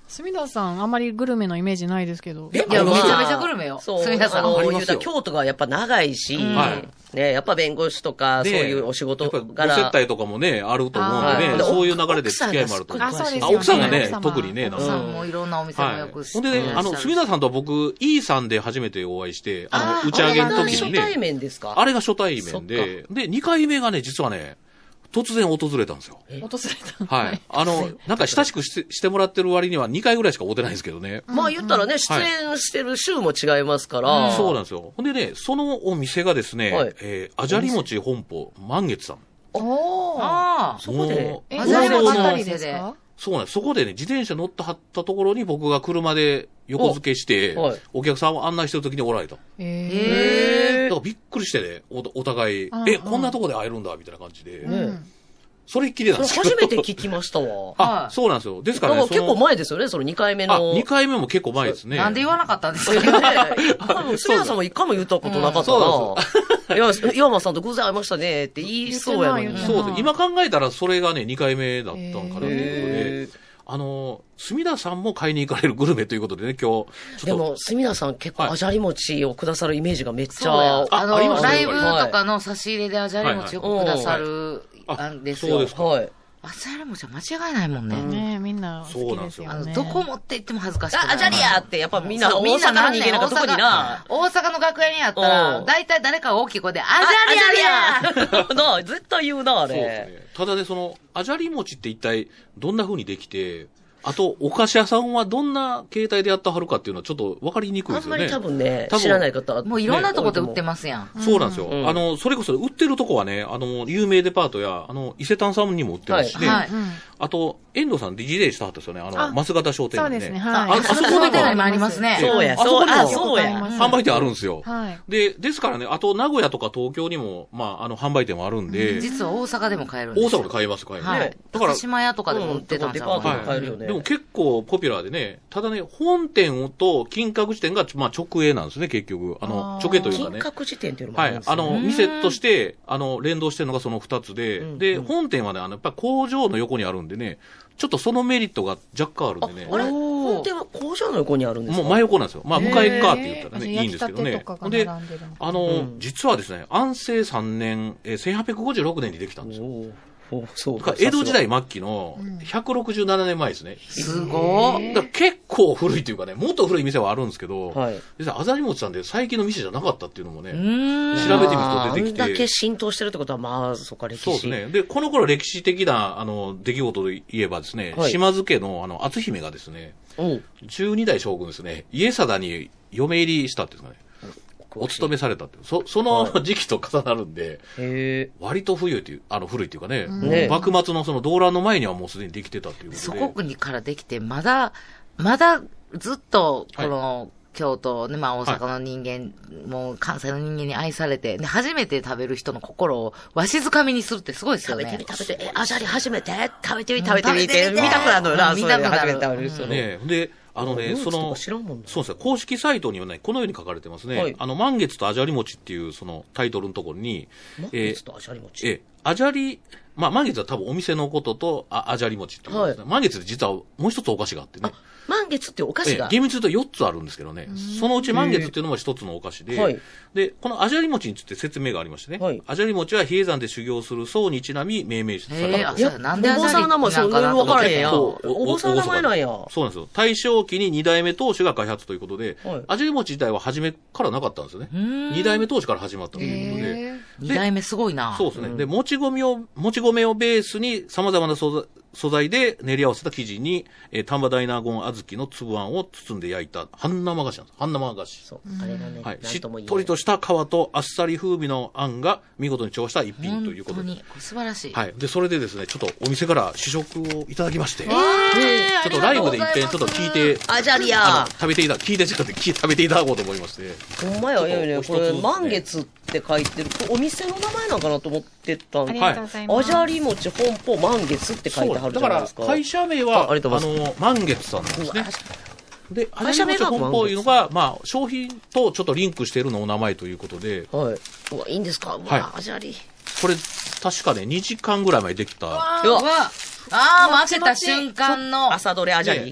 隅田さん、あんまりグルメのイメージないですけど。 えいや、 まあめちゃめちゃグルメよ。 そう、 隅田さん。 あの、 ありますよ言うたら京都がやっぱ長いし、 はいね、やっぱ弁護士とか、そういうお仕事やっぱり柄。 ご接待とかもね、あると思うんでね、 はいそういう流れで付き合いもあると思う。 あ、そうですよあ、 ね。 奥さんがね奥様、 特にね、なんか奥さんもいろんなお店もよく知ってほんでね、あの、隅田さんとは僕、イーさんで初めてお会いして、あの、打ち上げの時に初対ね、 面ですか？ あれが初対面で、で、にかいめがね、実はね、突然訪れたんですよ。 訪れた。 はい。あの、なんか親しくしてしてもらってる割にはにかいぐらいしか会うてないんですけどね。 まあ言ったらね、出演してる週も違いますから。 そうなんですよ。ほんでね、そのお店がですね、 はいえー、あじゃり餅本舗、満月さん。 おー。 ああ。 そこでもうえ、 あじゃり餅ばっかのりですか？ そうなんです。そこでね、自転車乗ってはったところに僕が車で横付けして、 おはいお客さんを案内してる時におられた。 ええだからびっくりしてね、おお互い、 うんえ、こんなとこで会えるんだ、みたいな感じで。 ー。うんそれっきりなんですよ。 初めて聞きましたわ。 あ、 はいそうなんですよ。ですかだかららね、その結構前ですよね、そのにかいめあ、 の。 にかいめも結構前ですね。 なんで言わなかったんですいやか？ ね、多分、杉谷さんも一回も言ったことなかったそな。いや、岩間さんと偶然会いましたねって言いそうやのに。 言ってないそうです。今考えたらそれがね、にかいめだったんかなということへで、あの、隅田さんも買いに行かれるグルメということでね、今日、ちょっと。 でも、隅田さん結構はいあじゃり餅をくださるイメージがめっちそうやゃ。。 あの、 ありますねライブとかの差し入れであじゃり餅をくださるはいんですよ。 あそうですかはい。 あじゃり餅は間違いないもんね。 ねえ、みんな好きですよね。 あの、どこ持って行っても恥ずかしくない。 あ、あじゃりやって、やっぱみんな、 そう大阪の人間なんか特にな。 大阪の楽屋にあったうら、 んだいたい誰かが大きい声で、ああじゃりややな、絶対言うな、あそうですれ。 ね。ただね、その、あじゃり餅って一体どんな風にできて、あと、お菓子屋さんはどんな形態でやってはるかっていうのはちょっと分かりにくいですよね。 あんまり多分ね多、分知らない方。 もういろんなとこで売ってますやん。 そうなんですよ。 うんあの、それこそ売ってるとこはね、あの、有名デパートや、あの、伊勢丹さんにも売ってますしね。 はい。 うんあと、遠藤さん ディジデーしたはったですよね。あの、 あ増形商店街ね。 そうですね、 あはい。 あそこでも商店街もありますね。 そうや、 あそこにもそうあ、そうや。 販売店あるんですよ。 はい。 で、ですからね、あと名古屋とか東京にも、まあ、あの、販売店もあるんで、 実は大阪でも買えるんですよ。 大阪で買えます、買えます。 はい。 だから高、島屋とかでも売ってたんちゃうかうんデパートな。 で買えるよねでも結構ポピュラーでね、ただね、本店と金閣寺店が、まあ、直営なんですね、結局。あの、 あー直営というかね。 金閣寺店っていうのもあはい。 るんですよあの、店として、あの、連動してるのがその二つで、 うんで、本店はね、あの、やっぱり工場の横にあるんでね、ちょっとそのメリットが若干あるんでね。 あれおー本店は工場の横にあるんですか？ もう真横なんですよ。まあ、向かい側って言ったらね、 へーいいんですけどね。 焼きたてとかがで、 並んでるのあの、 うん実はですね、安政さんねん、えーせんはっぴゃくごじゅうろくねんにできたんですよ。 おーおーそうだから江戸時代末期のひゃくろくじゅうななねんまえですね。 すごー。 だから結構古いというかね、もっと古い店はあるんですけど、 はい実はあざり餅さんで最近の店じゃなかったっていうのもね、 うーん。 調べてみると出てきてあんだけ浸透してるってことは、まあ、そっか、歴史。 そうですね。で、この頃歴史的な、あの、出来事で言えばですね、 はい島津家の、あの、篤姫がですね、 うん。 じゅうにだい将軍ですね、家貞に嫁入りしたっていうんですかね、お勤めされたっていう、そ、その時期と重なるんで、 へ割と冬っていう、あの、古いっていうかね、 ね幕末のその動乱の前にはもうすでにできてたっていうことで。 祖国からできて、まだ、まだずっと、この、京都、ね、まあ大阪の人間、もう関西の人間に愛されて、で、初めて食べる人の心をわしづかみにするってすごいですよね。 食べてみ、食べてみ、え、あじゃり初めて食べてみ、食べてみって、 食べてみて見たくなるのよな、 うんそれ見たくなる初めて食べる人の。 ねで、あのね、 ルーツとかその、 知らんもんなそうですね、公式サイトにはね、このように書かれてますね。 はいあの、満月とあじゃり餅っていうそのタイトルのところに、 満えー月とあじゃり餅。 ええ、あじゃり、まあ、満月は多分お店のことと、あ、あじゃり餅っていうことですね。満月で実はもう一つお菓子があってね。 満月っていうお菓ええ子が。 厳密に言うとよっつあるんですけどね。そのうち満月っていうのも一つのお菓子で、 はいで、このあじゃり餅について説明がありましてね。 はいあじゃり餅は比叡山で修行する僧にちなみ命名された。 へえ、あ、 いやそうやなんであお坊さんの名前、そう、 なんか分からへんやん。 結構お坊さんの名前なんや。 そうなんですよ。大正期に二代目当主が開発ということで、 はいあじゃり餅自体は初めからなかったんですよね。二代目当主から始まったということで。 二代目すごいな。 そうですね。で、もち米を、もち米をベースに様々な素材素材で練り合わせた生地に、えー、丹波大納言小豆の粒あんを包んで焼いた半生菓子なんです。半生菓子。 そう、あれがね、 はい。しっなんとも言えとりとした皮とあっさり風味のあんが見事に調和した一品ということで。 本当に、これ素晴らしい。 はい。で、それでですね、ちょっとお店から試食をいただきまして、ちょえーっとライブで一遍ちょっと聞いて、 あじゃりあやの、。食べていた、聞いて、ちょっと聞いて食べていただこうと思いまして。 ほんまや、いやいや、これ、 ちょっとお一つずつね満月って書いてる。これお店の名前なんかなと思ってたんで。 ありがとうございます。 あじゃり餅本舗満月って書いてはるじだからゃないですか。 会社名は、 あありがとうございあの、満月さんなんですね。で、 会社名が本舗いうのが、まあ、商品とちょっとリンクしているのお名前ということで、 はい。うわ、いいんですかうはいわ、あじゃり。 これ、確かね、にじかんぐらい前にできた。 うわ、 うわああ、もう開けた瞬間の、 朝どれあじゃり。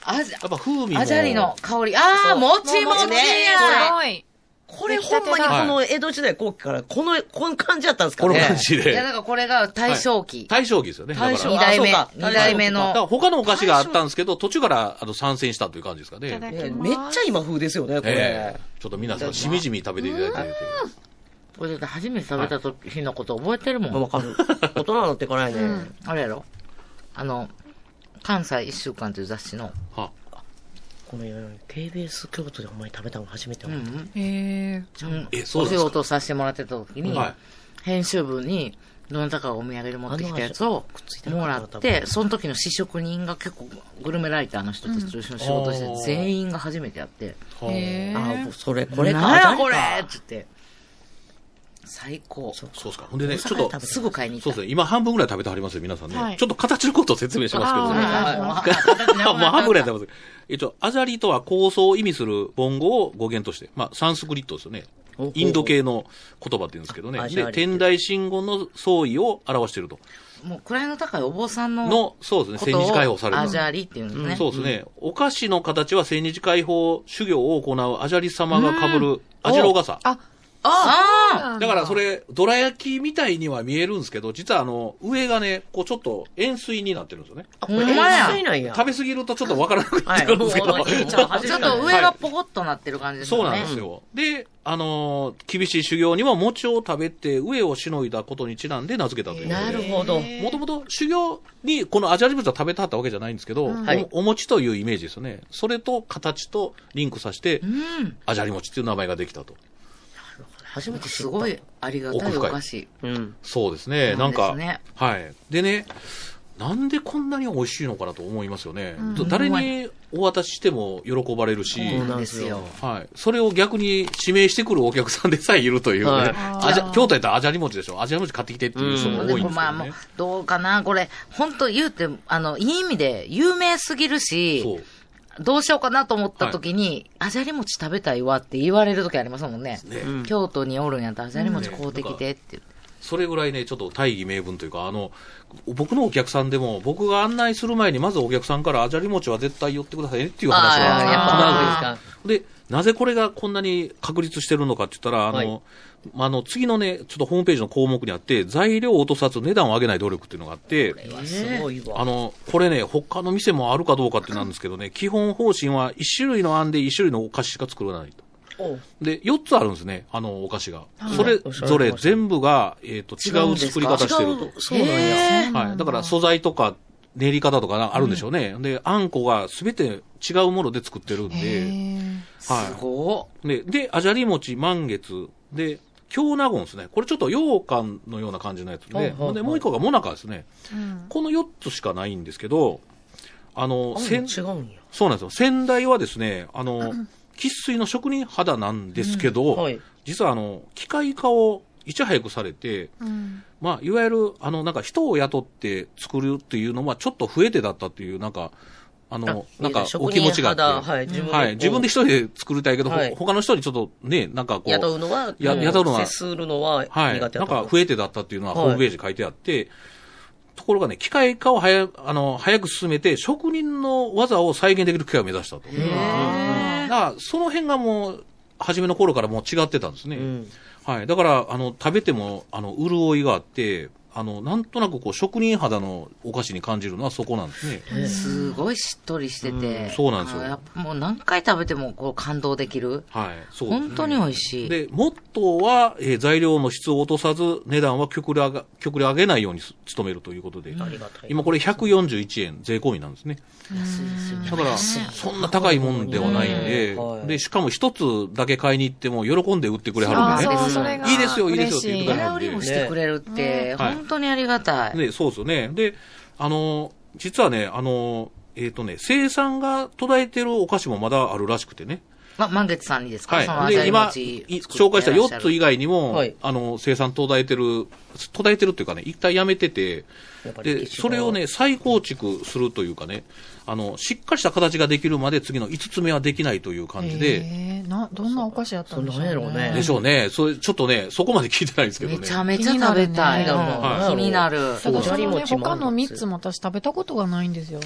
あじやっぱ風味も。 あじゃりの香り。ああ、もちもちすや。 ごい。 これほんまにこの江戸時代後期からこの、この感じだったんですかこのね。 感じで。 いや、だからこれが大正期。 大正期ですよね。 大正二代目、 あそうか二代目の。 だから他のお菓子があったんですけど、途中からあの参戦したという感じですかね。 ねめっちゃ今風ですよね、これ。 ええちょっと皆さんしみじみ食べていただいてるという。 これだって初めて食べた時のこと覚えてるもん。 わかる。大人になってからやね。 あれやろあの、関西一週間という雑誌の。 はこの ケービーエス 京都でお前食べたの初めて。 うんうん。 へー。 うんえそうお仕なんですか事させてもらってた時に、 はい編集部にどなたかがお土産で持ってきたやつをくっついてるもらって、その時の試食人が結構グルメライターの人たちと一緒に仕事して、 うん全員が初めてやって、 はへあー。 あ、それ、これか。 なんやこれあっつって。最高。 そうですか。ほんでね、ちょっと大阪で食べ、 すぐ買いに行った。 そうですね。今半分ぐらい食べてはりますよ、皆さんね。 はいちょっと形のことを説明しますけどあーおね。 願いしますまあ半分ぐらい食べます。一応、アジャリとは構想を意味する梵語を語源として、まあ、サンスクリットですよね。インド系の言葉って言うんですけどね。で、 あアジャリって天台真言の創意を表していると。 もう位の高いお坊さんのの、そうですね、 こと千日解放をされる。 アジャリっていうんですね。 そうですね。お菓子の形は千日解放修行を行うアジャリ様が被るアジロ傘。 あ、 ああだからそれ、どら焼きみたいには見えるんですけど、実はあの、上がね、こうちょっと円錐になってるんですよね。 これ、 ほんまや円錐なんや。 食べ過ぎるとちょっとわからなくなはい。 ってくるんですけど。 もうちょっとちょっと上がポコッとなってる感じですそうよね。 なんですよ。で、あのー厳しい修行には餅を食べて上をしのいだことにちなんで名付けたということで。 なるほど。 もともと修行にこのアジャリ物は食べたかったわけじゃないんですけど、 はいおお餅というイメージですよね。それと形とリンクさせて、 うん。 アジャリ餅っていう名前ができたと。 初めて知った。 すごいありがたいお菓子。 うん。 そうですね。 そうんでなか、 すねはい。でね、なんでこんなに美味しいのかなと思いますよね。 ん誰にお渡ししても喜ばれるし、 そうなんですよ。 はい。それを逆に指名してくるお客さんでさえいるというね。 はいアジャ京都やったらアジャリ餅でしょ。アジャリ餅買ってきてっていう人も多いんでですけどね。 もまあもう、どうかなこれ、本当言うて、あの、いい意味で有名すぎるし、 そう。 どうしようかなと思った時に、あじゃり餅食べたいわって言われる時ありますもんね。 ね京都におるんやったらあじゃり餅買うてきてって言って。 それぐらいね、ちょっと大義名分というか、あの、僕のお客さんでも、僕が案内する前に、まずお客さんから、アジャリ餅は絶対寄ってくださいねっていう話ああ、やっぱはそうですか。 必ず。で、なぜこれがこんなに確立してるのかって言ったら、あの、 はいあの、次のね、ちょっとホームページの項目にあって、材料を落とさず値段を上げない努力っていうのがあって、 すごいわ。 あの、これね、他の店もあるかどうかってなんですけどね、基本方針は一種類の案で一種類のお菓子しか作らないと。 おうで、よっつあるんですね、あのお菓子が。それぞれ全部が、えっ、と、違う作り方してると。 違うそうなんや。 はい。だから素材とか練り方とかあるんでしょうね。で、あんこがすべて違うもので作ってるんで、 すはごい。で、で、あじゃり餅、満月、で、京納言ですね。これちょっと羊羹のような感じのやつで、 はいはいはいでもう一個がもなかですね。このよっつしかないんですけど、あの、 あせん違うんや。 そうなんですよ。先代はですね、あの、生粋の職人肌なんですけど、 はい。 実はあの、機械化をいち早くされて、 うん。 まあ、いわゆる、あの、なんか人を雇って作るっていうのはちょっと増えてだったっていう、なんか、あの、なんかお気持ちがあって。 はい、自分で。 はい。自分で一人で作りたいけど、 はいほ他の人にちょっとね、なんかこう。 雇うのは、 やも雇うのは接するのははい。 苦手だった。 なんか増えてだったっていうのははいホームページに書いてあって、ところがね、機械化を早、あの、早く進めて、職人の技を再現できる機械を目指したと。だから、その辺がもう、初めの頃からもう違ってたんですね。 うん。 はい。だから、あの、食べても、あの、潤いがあって、あの、なんとなくこう、職人肌のお菓子に感じるのはそこなんですね。 い。すごいしっとりしてて。 うんそうなんですよあやっぱもう何回食べてもこう感動できる。 はい。そうですね本当に美味しい。 で、モットーは、えー材料の質を落とさず、値段は極力上が極力上げないようにす努めるということで、 ありがたい。 今これひゃくよんじゅういちえん税込みなんですね。 安いですよね。 だから、そんな高いもんではないんで、 はいで、しかも一つだけ買いに行っても喜んで売ってくれはるんでね。 そう、それが。 いいですよいいですよって言ってくれギャはるんでラ売りもしてくれるって、 はい本当にありがたい。 で、そうですよね。で、あの、実はね、あの、えっ、とね、生産が途絶えてるお菓子もまだあるらしくてね。 ま、満月さんにですか、そのはい。で、今、 味い紹介したよっつ以外にも、 はいあの、生産途絶えてる、途絶えてるっていうかね、一旦やめてて、 やっぱりで、それをね、再構築するというかね、あの、しっかりした形ができるまで次の五つ目はできないという感じで、 えー、な、どんなお菓子やったんでしょうね。 そうなんやろうねでしょうね。それ、ちょっとね、そこまで聞いてないんですけどね。 めちゃめちゃ食べたい。 気になるねうんはい気になる。 だからそのね、 おじゃり餅も他のみっつも私食べたことがないんですよ。 あ、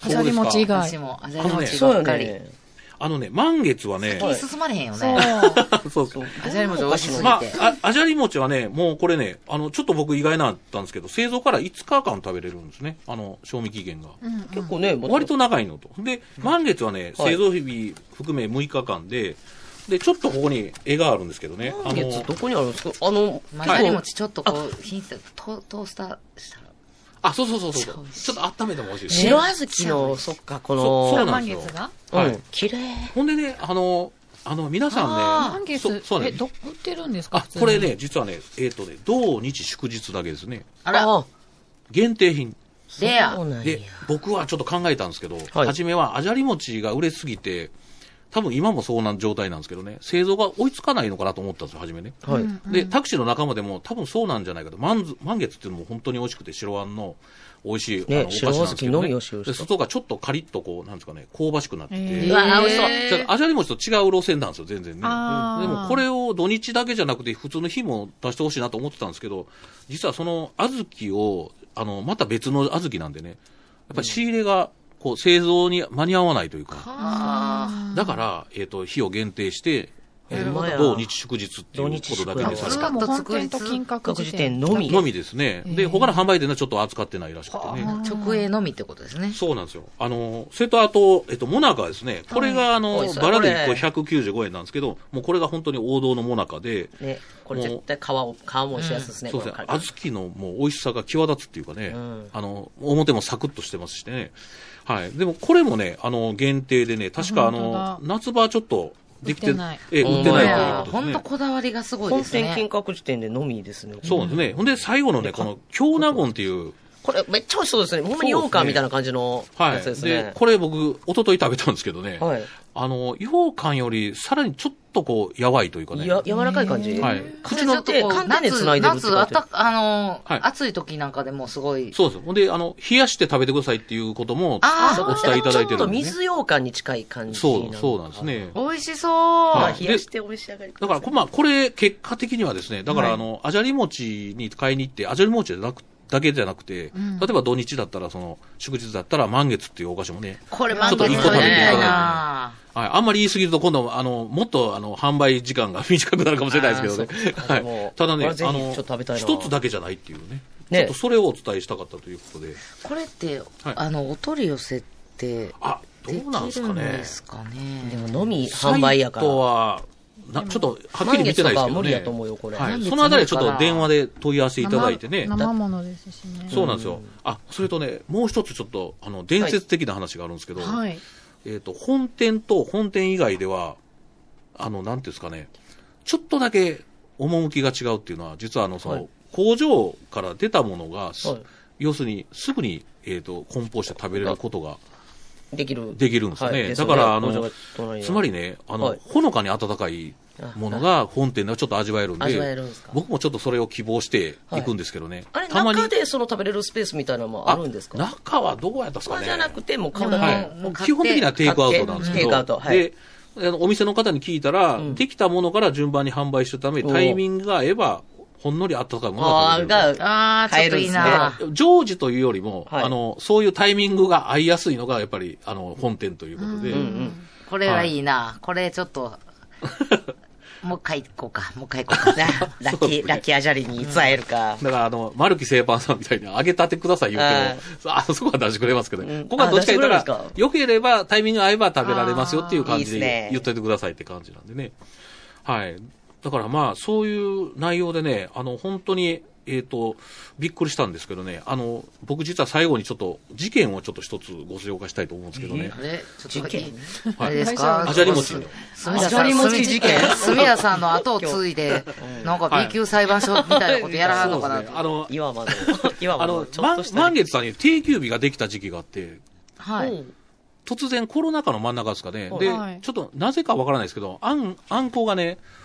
あじゃり餅以外。 私も、あじゃり餅そうよばっかり。 ね。 あのね、満月はね、 はい進まれへんよそう。 ね。 そうそう。 あじゃり餅美味しすぎまて。 あ、あ、あじゃり餅はね、もうこれね、あの、ちょっと僕意外だったんですけど、製造からいつかかん食べれるんですね。あの、賞味期限が。 結構ね、 割と長いのと。で、満月はね、 はい製造日含めむいかかんで、で、ちょっとここに絵があるんですけどね。 満月どこにあるんですか？あの、 まあ、じゃり餅ちょっとこう、ひんトトースターしたら。 あ、そうそうそうそう。ちょっと温めても美味しいです。 白小豆の、そっか、こその、 そうなんですよ。 満月がはいうん、綺麗。 ほんでね、あの、あの、皆さんね、 満月、 そそうねえ、ど、売ってるんですか？ あ、これね、実はね、えっとね、土日祝日だけですね。 あら、 あ、 限定品。 レアそう。なんやで、僕はちょっと考えたんですけど、 はい初めはあじゃり餅が売れすぎて、多分今もそうな状態なんですけどね、製造が追いつかないのかなと思ったんですよ、初めね。 はい。 で、タクシーの仲間でも多分そうなんじゃないかと。満ず満月っていうのも本当に美味しくて、白あんの美味しい、 ねあのお菓子なんですけど、ね。 白小豆のみを使用したで外がちょっとカリッとこう、なんですかね、香ばしくなってて。 えーうわー、美味しそう。 じゃあ、あじゃり餅と違う路線なんですよ、全然ね。であーも、これを土日だけじゃなくて、普通の日も出してほしいなと思ってたんですけど、実はその小豆を、あの、また別の小豆なんでね、やっぱり仕入れが、こう、製造に間に合わないというか、 あだから、えっ、と、日を限定して、えなるほどー、土日祝日っていうことだけでされてしかも本店と金閣各時寺店点のみ。 のみですね。で、他の販売店はちょっと扱ってないらしくてね。 あ、直営のみってことですね。 そうなんですよ。あの、それとあと、えっと、モナカですね。これが、あの美味し、そうバラでいっここれひゃくきゅうじゅうごえんなんですけど、もうこれが本当に王道のモナカで、 ね、これ絶対皮を、皮も美味しいやつですね。 そうですね。 これ小豆のもう美味しさが際立つっていうかね、 うんあの、表もサクッとしてますしね。はい。でもこれもね、あの、限定でね、確かああ本当だの、夏場ちょっとできて、 売ってないええ、売ってないということですねほんと。こだわりがすごいです本店金ね。 閣寺店でのみですね。 そうですね。ほんで、最後のね、この、京納言っていう、 これめっちゃ美味しそうですね。ほんまに羊羹みたいな感じのはい。 やつですでね、。 これ僕、一昨日食べたんですけどね、 はい。 あの、羊羹よりさらにちょっとこう、やわいというかね。 や、柔らかい感じ。 はい口の手、寒天で夏、 繋いでるって夏、あた、あの、 はい暑い時なんかでもすごい。 そうです。ほんで、あの、冷やして食べてくださいっていうことも、 あーお伝えいただいてちょっとるんですね。 水羊羹に近い感じ。 そう、そうなんです。ね。 美味しそう。 はい冷やしてお召し上がりください。 だから、まあ、これ、結果的にはですね、だから、 はいあの、あじゃり餅に買いに行って、あじゃり餅じゃなく、だけじゃなくて、例えば土日だったら、その、祝日だったら、満月っていうお菓子もね、 これちょっと一個満月食べ食べていただいてたいなはい、あんまり言い過ぎると、今度、あの、もっと、あの、販売時間が短くなるかもしれないですけどね。 あーそうはい。ただね、 これぜひあの、 ちょっと食べたいな一つだけじゃないっていうね。 ねちょっとそれをお伝えしたかったということで。 これって、 はいあの、お取り寄せって、 あ、どでうなんできるんすかねで。すかでね。 も飲み販売やから。 サイトは、な、ちょっと、はっきり見満月とかはてないですけどね。 無理やと思うよ、これ。 はい。 満月そのあたりはちょっと電話で問い合わせいただいてね。 生生ものですしね。 そうなんですよ。あ、それとね、もう一つちょっと、あの、伝説的な話があるんですけど、 はい。 えっと、本店と本店以外では、あの、なんていうんですかね、ちょっとだけ趣が違うっていうのは、実はあの、その、 はい工場から出たものが、すはい要するに、すぐに、えっと、梱包して食べれることができる。 できるんですよね。 はいだから、あの工場が隣、につまりね、あの、 はいほのかに温かいものが本店ではちょっと味わえるんで、 味わえるんですか僕もちょっとそれを希望していくんですけどね。 あれ、 たまに中でその食べれるスペースみたいなのもあるんですか？ 中はどうやったんですかね。 じゃなくて、もう買うだけ。 はい。もう基本的にはテイクアウトなんですけど、 テイクアウトはいで、あのお店の方に聞いたら、 んできたものから順番に販売してるため、タイミングが合えば、ほんのり温かいものがああ、 食べれる。 が、 あー、ちょっといいな。 常時というよりも、 はいあの、そういうタイミングが合いやすいのが、やっぱり、あの、本店ということで、 これはいいな。これちょっと、もう一回行こうか。もう一回行こうか。 ラッキー、ラッキーアジャリにいつ会えるか。 だから、あの、マルキ製パンさんみたいに揚げたてください言うても、あそこは出してくれますけどね。 うんここはどっちか言ったらあ出してくれるんです、か良ければタイミング合えば食べられますよっていう感じあーいいですねで言っといてくださいって感じなんでね。はい。だからまあ、そういう内容でね、あの、本当に、えっ、と、びっくりしたんですけどね、あの、僕実は最後にちょっと、事件をちょっと一つご紹介したいと思うんですけどね。 あれちょっといいはいあれですかあじゃり餅の。 すみださん、 あじゃり餅事件すみださんの後を継いで、なんか B 級裁判所みたいなことやらはんのかなとそうですね。あの、 岩間の、岩間のあの、 ちょっとした。 満月さんに定休日ができた時期があって、 はい。 うん突然コロナ禍の真ん中ですかね。で、 はいちょっとなぜかわからないですけど、あん、あんこがね、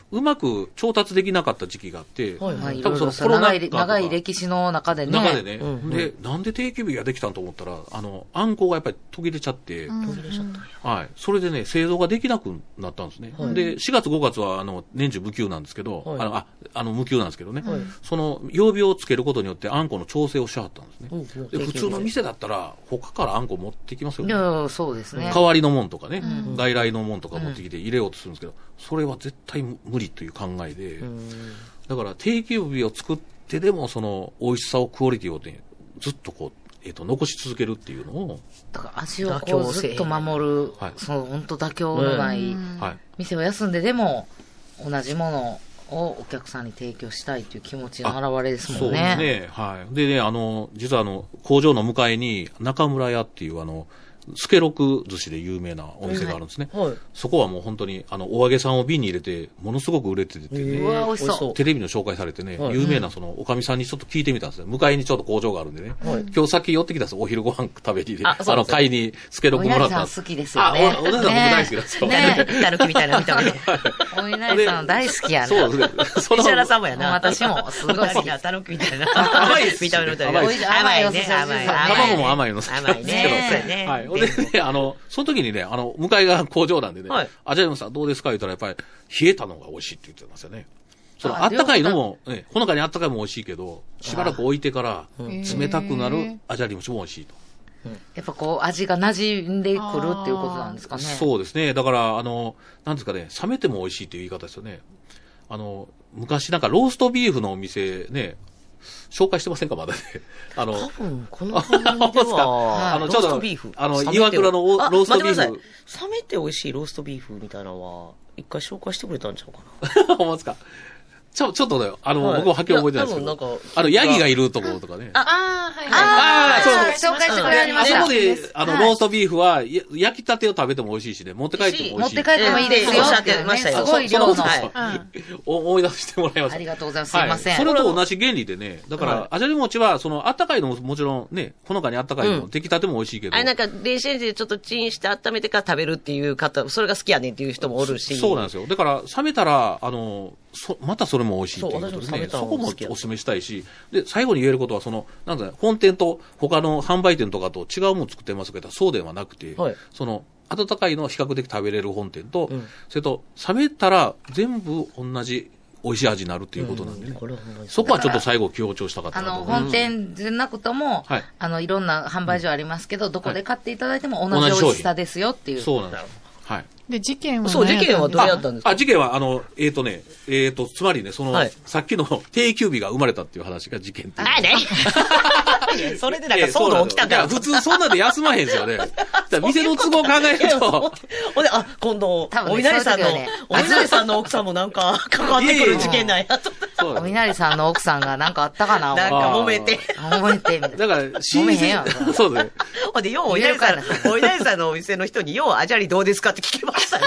うまく調達できなかった時期があって、 はいまあ、い多ろいろ分そのコロナ長い、長い歴史の中でね。 中でね、 うんうん、 で、なんで定休日ができたんと思ったら、あの、あんこがやっぱり途切れちゃって、 途切れちゃったんや。 はい。それでね、製造ができなくなったんですね。 はい、 で、しがつごがつは、あの、年中無休なんですけど、 はい、 あの、あ、あの、無休なんですけどね、 はい、 その、曜日をつけることによって、あんこの調整をしはったんですね。うん、で普通の店だったら、他からあんこ持ってきますよね。 いや、そうですね。 代わりのもんとかね、うん、外来のもんとか持ってきて入れようとするんですけど、それは絶対無理という考えで、だから定休日を作ってでも、その、美味しさを、クオリティをね、ずっとこう、えっと、残し続けるっていうのを。 だから味をこうずっと守る、はい、その本当妥協のない、店を休んででも同じものをお客さんに提供したいという気持ちの表れですもんね。 そうですね。はい。でね、あの、実はあの、工場の向かいに中村屋っていうあの、スケロク寿司で有名なお店があるんですね。はいはい、そこはもう本当に、あの、お揚げさんを瓶に入れて、ものすごく売れててね、 うわ、美味しそう。 テレビの紹介されてね、はい、有名なその、おかみさんにちょっと聞いてみたんですね。向かいにちょっと工場があるんでね。はい、今日さっき寄ってきたんですお昼ご飯食べに。あ, あの、買いにスケロクもらったんです。 お稲荷さん好きですよね。 あ、お稲荷さん僕大好きなんですよ。 ねえ。たぬきみたいな見た目で。 お稲荷さん大好きやね。 そうですね。 石原さんもやな。 私もすごい好き。 たぬきみたいな。甘いです、見た目のみたいな。甘いね、甘い。 卵も甘いの。 甘いね。 はい。でね、あの、その時にね、あの、向かいが工場なんでね、はい、あ、じゃあさんどうですか言ったら、やっぱり、冷えたのが美味しいって言ってますよね。その、あったかいのも、ね、ほのかにあったかいも美味しいけど、しばらく置いてから、冷たくなるあじゃり餅も美味しいと。 やっぱこう、味が馴染んでくるっていうことなんですかね。 そうですね。だから、あの、なんですかね、冷めても美味しいっていう言い方ですよね。あの、昔なんかローストビーフのお店ね、紹介してませんかまだね。あの、 多分、この番組では、 あの、ちょっと、あの、岩倉のローストビーフ。 冷めて美味しいローストビーフみたいなのは、一回紹介してくれたんちゃうかな。 思いますかちょ、ちょっとね、あの、はい、僕もはっきり覚えてないですけど。なんかあの、ヤギがいるところとかね。 あ、あはい、はい。ああ、そう、紹介してくれました。 そこで、あの、ローストビーフは、焼きたてを食べても美味しいしね、持って帰っても美味しい。 持って帰ってもいいですよ。 おっしゃってましたよ。 すごい量の。 思い出してもらいました。 ありがとうございます。すいません。 それと同じ原理でね、だから、あじゃり餅は、その、あったかいのももちろんね、ほのかにあったかいの、出来たても美味しいけど。 あれなんか、電子レンジでちょっとチンして温めてから食べるっていう方、それが好きやねんっていう人もおるし。 そうなんですよ。だから、冷めたら、あの、そ、またそれも美味しいっていうことですね。そこもお勧めしたいし、で、最後に言えることは、その、なんだろう、本店と他の販売店とかと違うもの作ってますけど、そうではなくて、はい、その、温かいのを比較的食べれる本店と、うん、それと、冷めたら全部同じ美味しい味になるっていうことなんでね。うん、そこはちょっと最後強調したかったなとあの、本店じゃなくとも、はい、あの、いろんな販売所ありますけど、うん、どこで買っていただいても同じ美味しさですよっていう。 そうなんですよ。はい。 で、事件はそう、事件はどれやったんですか？ あ、事件は、あの、えっ、ー、とね、えっ、ー、と、つまりね、その、はい、さっきの定休日が生まれたっていう話が事件っていう。 あ、ねそれでなんか騒動起きたから。 いや、普通そんなんで休まへんですよね。店の都合を考えると。 ほんで、あ、今度、お稲荷さんの、お稲荷さんの奥さんもなんか関わってくる事件なんやと。 お稲荷さんの奥さんがなんかあったかななんか揉めて。 揉めて。だから、 揉めへんやん。 そうですね。 ほんで、ようお稲荷さん、お稲荷さんのお店の人に、ようあじゃりどうですかって聞けましたね。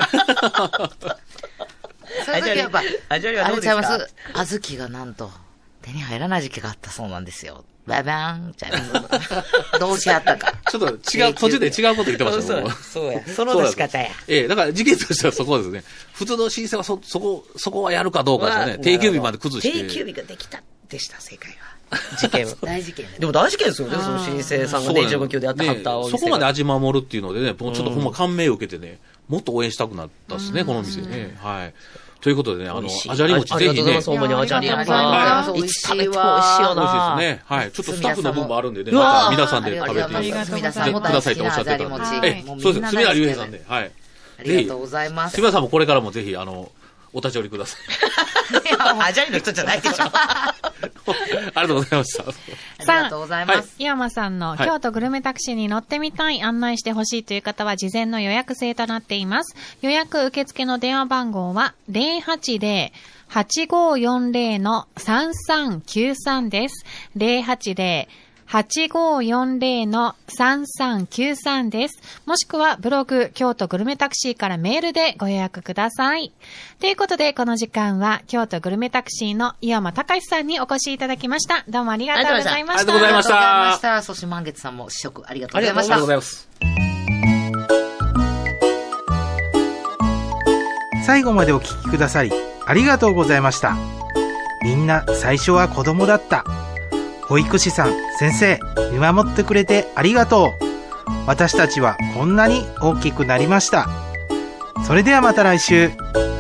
そういう時やっぱ、 あじゃりはどうですか？ あれちゃいます。小豆がなんと、手に入らない時期があったそうなんですよ。ババーンちゃいます。どうしあったか。 ちょっと違う、途中で違うこと言ってましたよ。そうや。その出し方や。 ええ、だから事件としてはそこですね。普通の申請はそ、そこ、そこはやるかどうかですよね。定休日まで崩して。 定休日ができたでした、正解は。事件は。 大事件。 でも大事件ですよね、その申請さんが電車ごきゅうでやってはったお店が。 そこまで味守るっていうのでね、ちょっとほんま感銘を受けてね、もっと応援したくなったですね、この店ね。はい。ということでね、あの、あじゃり餅ぜひね。 ありがとうございます、ほんまにあじゃり餅。 はい。 いつ食べても美味しいよな。 美味しいですね。はい。ちょっとスタッフの分もあるんでね、また皆さんで食べてくださいとおっしゃってたんで。え、そうです。住谷隆平さんで。はい。 ありがとうございます。 住谷さんもこれからもぜひ、あの、お立ち寄りください。 あじゃりの人じゃないでしょ。 ありがとうございました。 ありがとうございます。 井山さんの京都グルメタクシーに乗ってみたい、案内してほしいという方は事前の予約制となっています。予約受付の電話番号は ゼロはちゼロ はちごよんゼロ さんさんきゅうさん です。ゼロはちゼロ はちごよんゼロ さんさんきゅうさん です。もしくはブログ京都グルメタクシーからメールでご予約ください。ということでこの時間は京都グルメタクシーの井山隆さんにお越しいただきました。どうもありがとうございました。 ありがとうございました。ありがとうございました。 そして満月さんも試食ありがとうございました。 ありがとうございます。 最後までお聞きくださりありがとうございました。みんな最初は子供だった。保育士さん、先生、見守ってくれてありがとう。私たちはこんなに大きくなりました。それではまた来週。